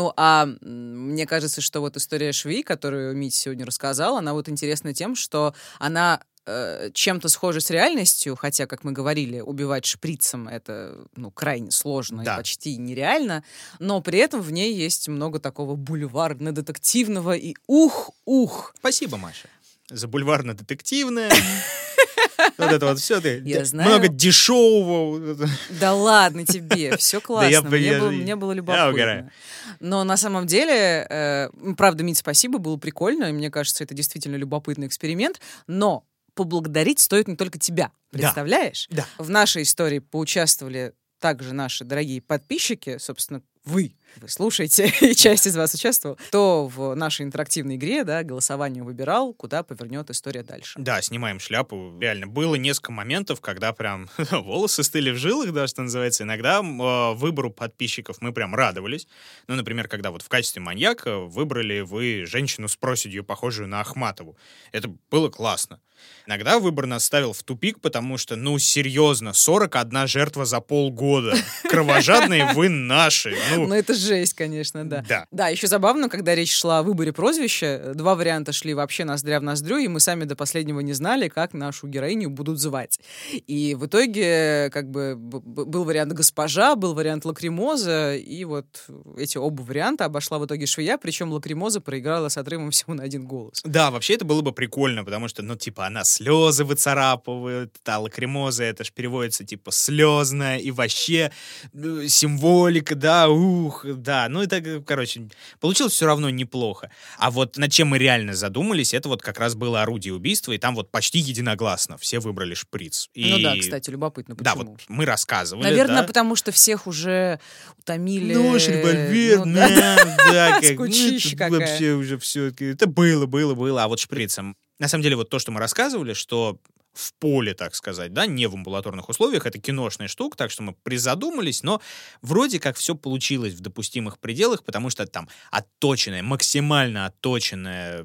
мне кажется, что вот история швеи, которую Митя сегодня рассказал, она вот интересна тем, что она чем-то схожа с реальностью, хотя, как мы говорили, убивать шприцем — это крайне сложно и почти нереально, но при этом в ней есть много такого бульварно-детективного и ух-ух. Спасибо, Маша, за бульварно-детективное. Вот это вот все ты. Я знаю. Много дешевого. Да ладно тебе, все классно. Мне было любопытно. Но на самом деле, правда, Мить, спасибо, было прикольно. И мне кажется, это действительно любопытный эксперимент. Но поблагодарить стоит не только тебя. Представляешь? Да. В нашей истории поучаствовали также наши дорогие подписчики, собственно, вы слушаете, и часть из вас участвовала, кто в нашей интерактивной игре, да, голосованию выбирал, куда повернет история дальше. Да, снимаем шляпу. Реально, было несколько моментов, когда прям волосы стыли в жилах, да, что называется. Иногда выбору подписчиков мы прям радовались. Ну, например, когда вот в качестве маньяка выбрали вы женщину с проседью, похожую на Ахматову. Это было классно. Иногда выбор нас ставил в тупик, потому что, ну, серьезно, 41 жертва за полгода. Кровожадные вы наши. Ну, это жесть, конечно, да. Да, еще забавно, когда речь шла о выборе прозвища, два варианта шли вообще ноздря в ноздрю, и мы сами до последнего не знали, как нашу героиню будут звать. И в итоге, как бы, был вариант госпожа, был вариант лакримоза, и вот эти оба варианта обошла в итоге швея, причем лакримоза проиграла с отрывом всего на 1 голос. Да, вообще это было бы прикольно, потому что, ну, типа, она слезы выцарапывает, а лакримоза, это ж переводится, типа, слезная, и вообще символика, да, да, ну, это, короче, получилось все равно неплохо. А вот над чем мы реально задумались, это вот как раз было орудие убийства, и там вот почти единогласно все выбрали шприц. И... Ну да, кстати, любопытно, почему. Да, вот мы рассказывали, наверное, да? Потому что всех уже утомили. Нож, револьвер, да, скучища какая. Вообще уже все, это было, а вот шприцем. На самом деле, вот то, что мы рассказывали, что в поле, так сказать, да, не в амбулаторных условиях, это киношная штука, так что мы призадумались, но вроде как все получилось в допустимых пределах, потому что там отточенное, максимально отточенное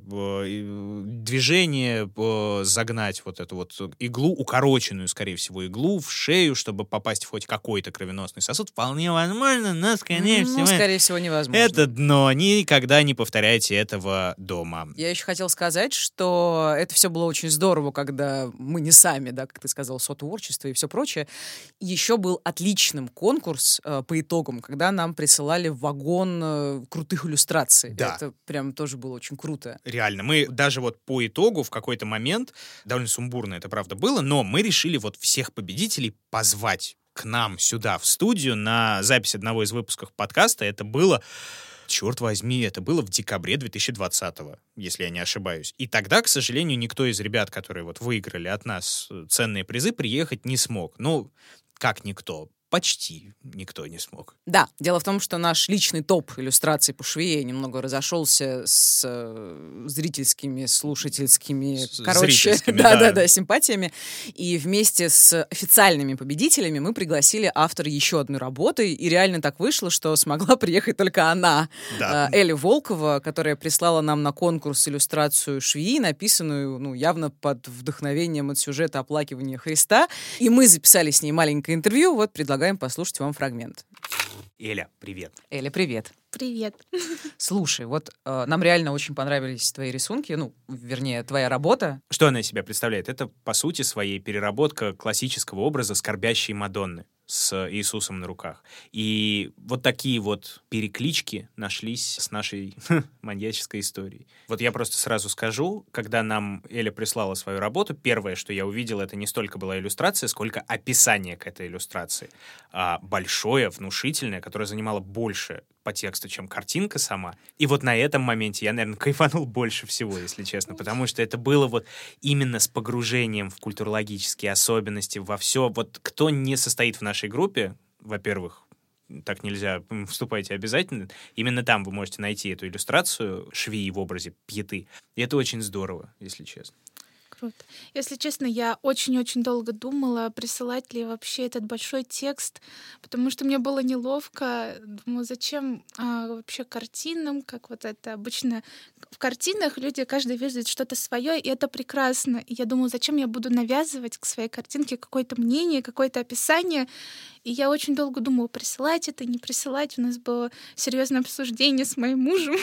движение, загнать вот эту вот иглу, укороченную, скорее всего, иглу в шею, чтобы попасть в хоть какой-то кровеносный сосуд, вполне возможно, но, скорее всего, невозможно. Это дно, никогда не повторяйте этого дома. Я еще хотела сказать, что это все было очень здорово, когда мы не сами, да, как ты сказал, сотворчество и все прочее. Еще был отличным конкурс по итогам, когда нам присылали вагон крутых иллюстраций. Да. Это прям тоже было очень круто. Реально. Мы даже вот по итогу в какой-то момент, довольно сумбурно это, правда, было, но мы решили вот всех победителей позвать к нам сюда, в студию, на запись одного из выпусков подкаста. Это было... Черт возьми, это было в декабре 2020-го, если я не ошибаюсь. И тогда, к сожалению, никто из ребят, которые вот выиграли от нас ценные призы, приехать не смог. Ну, как никто? Почти никто не смог. Да, дело в том, что наш личный топ иллюстраций по швее немного разошелся с зрительскими, слушательскими, да, симпатиями. И вместе с официальными победителями мы пригласили автора еще одной работы. И реально так вышло, что смогла приехать только она, Эля Волкова, которая прислала нам на конкурс иллюстрацию швеи, написанную, ну, явно под вдохновением от сюжета оплакивания Христа. И мы записали с ней маленькое интервью. Вот предлагаем послушать вам фрагмент. Эля, привет. Эля, привет. Привет. Слушай, вот нам реально очень понравились твои рисунки, ну, вернее, твоя работа. Что она из себя представляет? Это, по сути своей, переработка классического образа скорбящей Мадонны с Иисусом на руках. И вот такие вот переклички нашлись с нашей маньяческой историей. Вот я просто сразу скажу, когда нам Эля прислала свою работу, первое, что я увидел, это не столько была иллюстрация, сколько описание к этой иллюстрации. Большое, внушительное, которое занимало больше по тексту, чем картинка сама. И вот на этом моменте я, наверное, кайфанул больше всего, если честно, потому что это было вот именно с погружением в культурологические особенности, во все. Вот кто не состоит в нашей группе, во-первых, так нельзя, вступайте обязательно. Именно там вы можете найти эту иллюстрацию швеи в образе Пьеты. И это очень здорово, если честно. Круто. Если честно, я очень-очень долго думала, присылать ли вообще этот большой текст, потому что мне было неловко. Думала, зачем вообще картинам, как вот это обычно в картинах люди, каждый видит что-то свое, и это прекрасно. И я думала, зачем я буду навязывать к своей картинке какое-то мнение, какое-то описание. И я очень долго думала, присылать это, не присылать. У нас было серьезное обсуждение с моим мужем.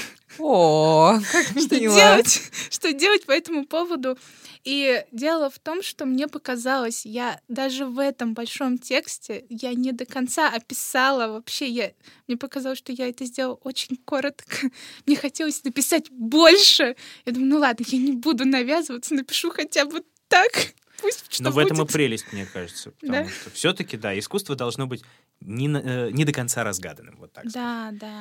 О, как мило. Что делать по этому поводу. И дело в том, что мне показалось, я даже в этом большом тексте я не до конца описала вообще. Мне показалось, что я это сделала очень коротко. Мне хотелось написать больше. Я думаю, ну ладно, я не буду навязываться, напишу хотя бы так. Пусть, но в этом и прелесть, мне кажется. Потому что все-таки, да, искусство должно быть не до конца разгаданным. Вот так сказать. Да.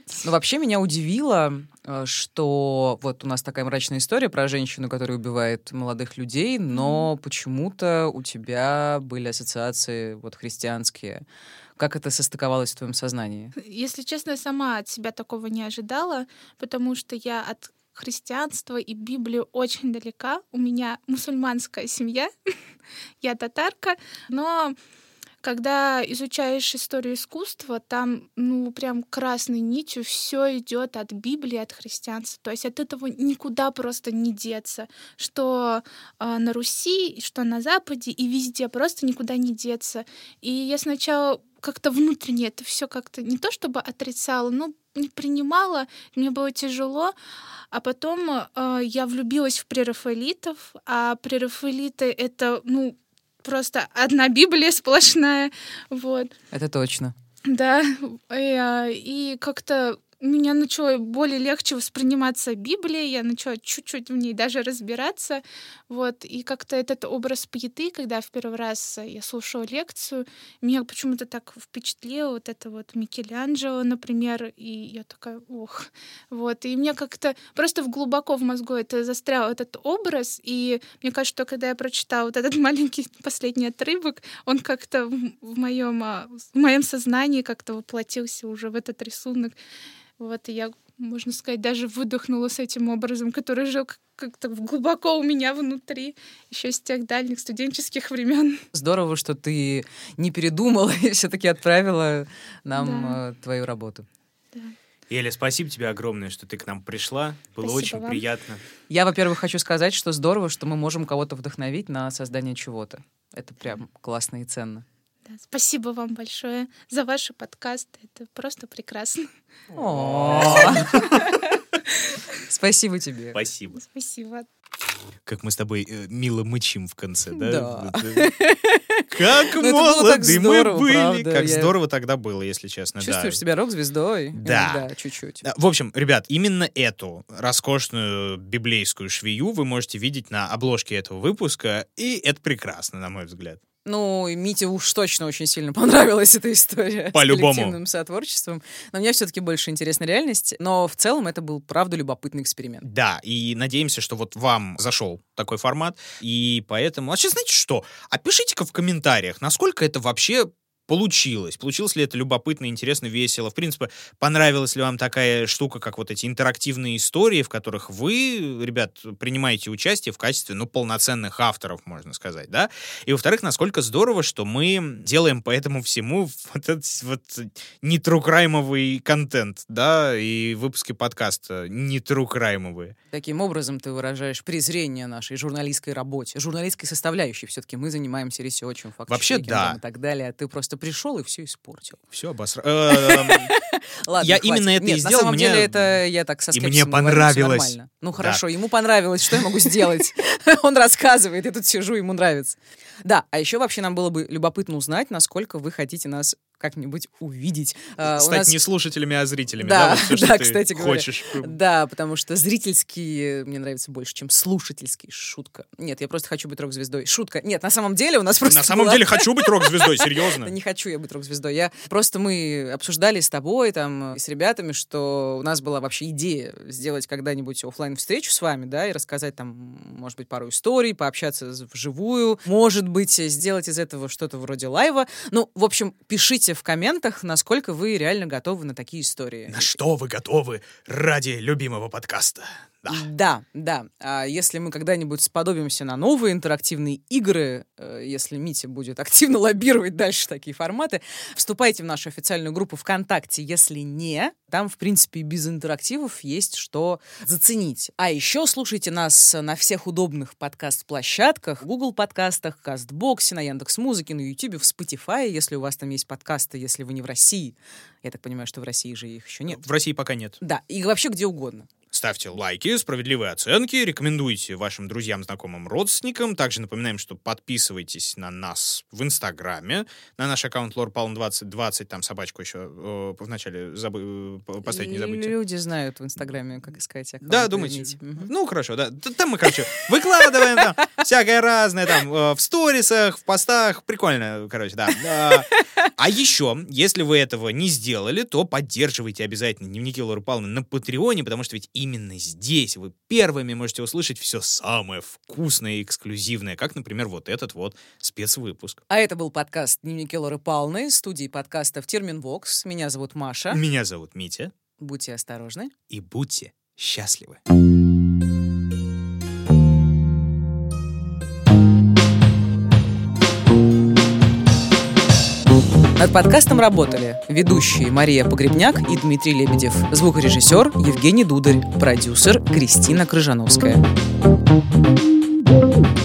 Ну, вообще меня удивило, что вот у нас такая мрачная история про женщину, которая убивает молодых людей, но почему-то у тебя были ассоциации вот христианские. Как это состыковалось в твоем сознании? Если честно, я сама от себя такого не ожидала, потому что я от христианства и Библии очень далека. У меня мусульманская семья, я татарка, но когда изучаешь историю искусства, там, прям красной нитью все идет от Библии, от христианства. То есть от этого никуда просто не деться. Что на Руси, что на Западе, и везде просто никуда не деться. И я сначала как-то внутренне это все как-то не то чтобы отрицала, но не принимала, мне было тяжело. А потом я влюбилась в прерафаэлитов, а прерафаэлиты — это, просто одна Библия сплошная, вот. Это точно. Да, и как-то у меня начало более легче восприниматься Библия, я начала чуть-чуть в ней даже разбираться, вот, и как-то этот образ пияты, когда в первый раз я слушала лекцию, меня почему-то так впечатлило вот это вот Микеланджело, например, и я такая, вот, и мне как-то просто глубоко в мозгу это застрял, этот образ, и мне кажется, что когда я прочитала вот этот маленький последний отрывок, он как-то в моем сознании как-то воплотился уже в этот рисунок. Вот, и я, можно сказать, даже выдохнула с этим образом, который жил как-то глубоко у меня внутри, еще с тех дальних студенческих времен. Здорово, что ты не передумала и все-таки отправила нам твою работу. Да. Эля, спасибо тебе огромное, что ты к нам пришла. Было Спасибо очень вам. приятно. Я, во-первых, хочу сказать, что здорово, что мы можем кого-то вдохновить на создание чего-то. Это прям классно и ценно. Да, спасибо вам большое за ваши подкасты. Это просто прекрасно. Спасибо тебе. Спасибо. Спасибо. Как мы с тобой мило мычим в конце, да? Да. Как Ну, это было так молоды мы здорово, были. правда. Как Я- здорово тогда было, если честно. Чувствуешь да. себя рок-звездой? Да. Да, чуть-чуть. В общем, ребят, именно эту роскошную библейскую швею вы можете видеть на обложке этого выпуска, и это прекрасно, на мой взгляд. Ну, и Мите уж точно очень сильно понравилась эта история По-любому. с коллективным сотворчеством. Но мне все-таки больше интересна реальность. Но в целом это был, правда, любопытный эксперимент. Да, и надеемся, что вот вам зашел такой формат, и поэтому... А сейчас знаете что? А пишите-ка в комментариях, насколько это вообще получилось. Получилось ли это любопытно, интересно, весело? В принципе, понравилась ли вам такая штука, как вот эти интерактивные истории, в которых вы, ребят, принимаете участие в качестве, полноценных авторов, можно сказать, да? И, во-вторых, насколько здорово, что мы делаем по этому всему вот этот вот нетрукраймовый контент, да, и выпуски подкаста нетрукраймовые. Таким образом ты выражаешь презрение нашей журналистской работе, журналистской составляющей. Все-таки мы занимаемся ресерчем, Вообще, да. и так далее. А ты просто пришел и все испортил. Все обосрал. Ладно, Я хватит. именно это и Нет, сделал, на самом мне- деле это я так со и скепсисом мне говорю, всё понравилось. нормально. Ну хорошо, ему понравилось, что я могу сделать? Он рассказывает, я тут сижу, ему нравится. Да, а еще вообще нам было бы любопытно узнать, насколько вы хотите нас как-нибудь увидеть. У Стать нас- не слушателями, а зрителями. Да, Вот всё, что да, ты кстати говоря. хочешь. Да, потому что зрительский мне нравится больше, чем слушательский. Шутка. Нет, я просто хочу быть рок-звездой. Шутка. Нет, на самом деле у нас просто На самом была- деле хочу быть рок-звездой, серьезно. Да не хочу я быть рок-звездой. Просто мы обсуждали с тобой там и с ребятами, что у нас была вообще идея сделать когда-нибудь оффлайн встречу с вами, да, и рассказать там, может быть, пару историй, пообщаться вживую, может быть, сделать из этого что-то вроде лайва. Ну, в общем, пишите в комментах, насколько вы реально готовы на такие истории. На что вы готовы ради любимого подкаста? Да. Да. А если мы когда-нибудь сподобимся на новые интерактивные игры, если Митя будет активно лоббировать дальше такие форматы, вступайте в нашу официальную группу ВКонтакте. Если не, там, в принципе, без интерактивов есть что заценить. А еще слушайте нас на всех удобных подкаст-площадках, в Google подкастах, Кастбоксе, на Яндекс.Музыке, на Ютубе, в Spotify, если у вас там есть подкасты, если вы не в России. Я так понимаю, что в России же их еще нет. В России пока нет. Да, и вообще где угодно. Ставьте лайки, справедливые оценки, рекомендуйте вашим друзьям, знакомым, родственникам. Также напоминаем, что подписывайтесь на нас в Инстаграме, на наш аккаунт LorePalm2020, там собачку еще вначале поставить не забудьте. Люди знают в Инстаграме, как искать аккаунт. Да, думаете? Ну, хорошо, да. Там мы, короче, выкладываем там всякое разное, там, в сторисах, в постах. Прикольно, короче, да. А еще, если вы этого не сделали, то поддерживайте обязательно дневники Лоры Павловны на Патреоне, потому что ведь именно здесь вы первыми можете услышать все самое вкусное и эксклюзивное, как, например, вот этот вот спецвыпуск. А это был подкаст «Дневники Лоры Павловны», студии подкастов «Терминвокс». Меня зовут Маша. Меня зовут Митя. Будьте осторожны. И будьте счастливы. Над подкастом работали ведущие Мария Погребняк и Дмитрий Лебедев, звукорежиссер Евгений Дударь, продюсер Кристина Крыжановская.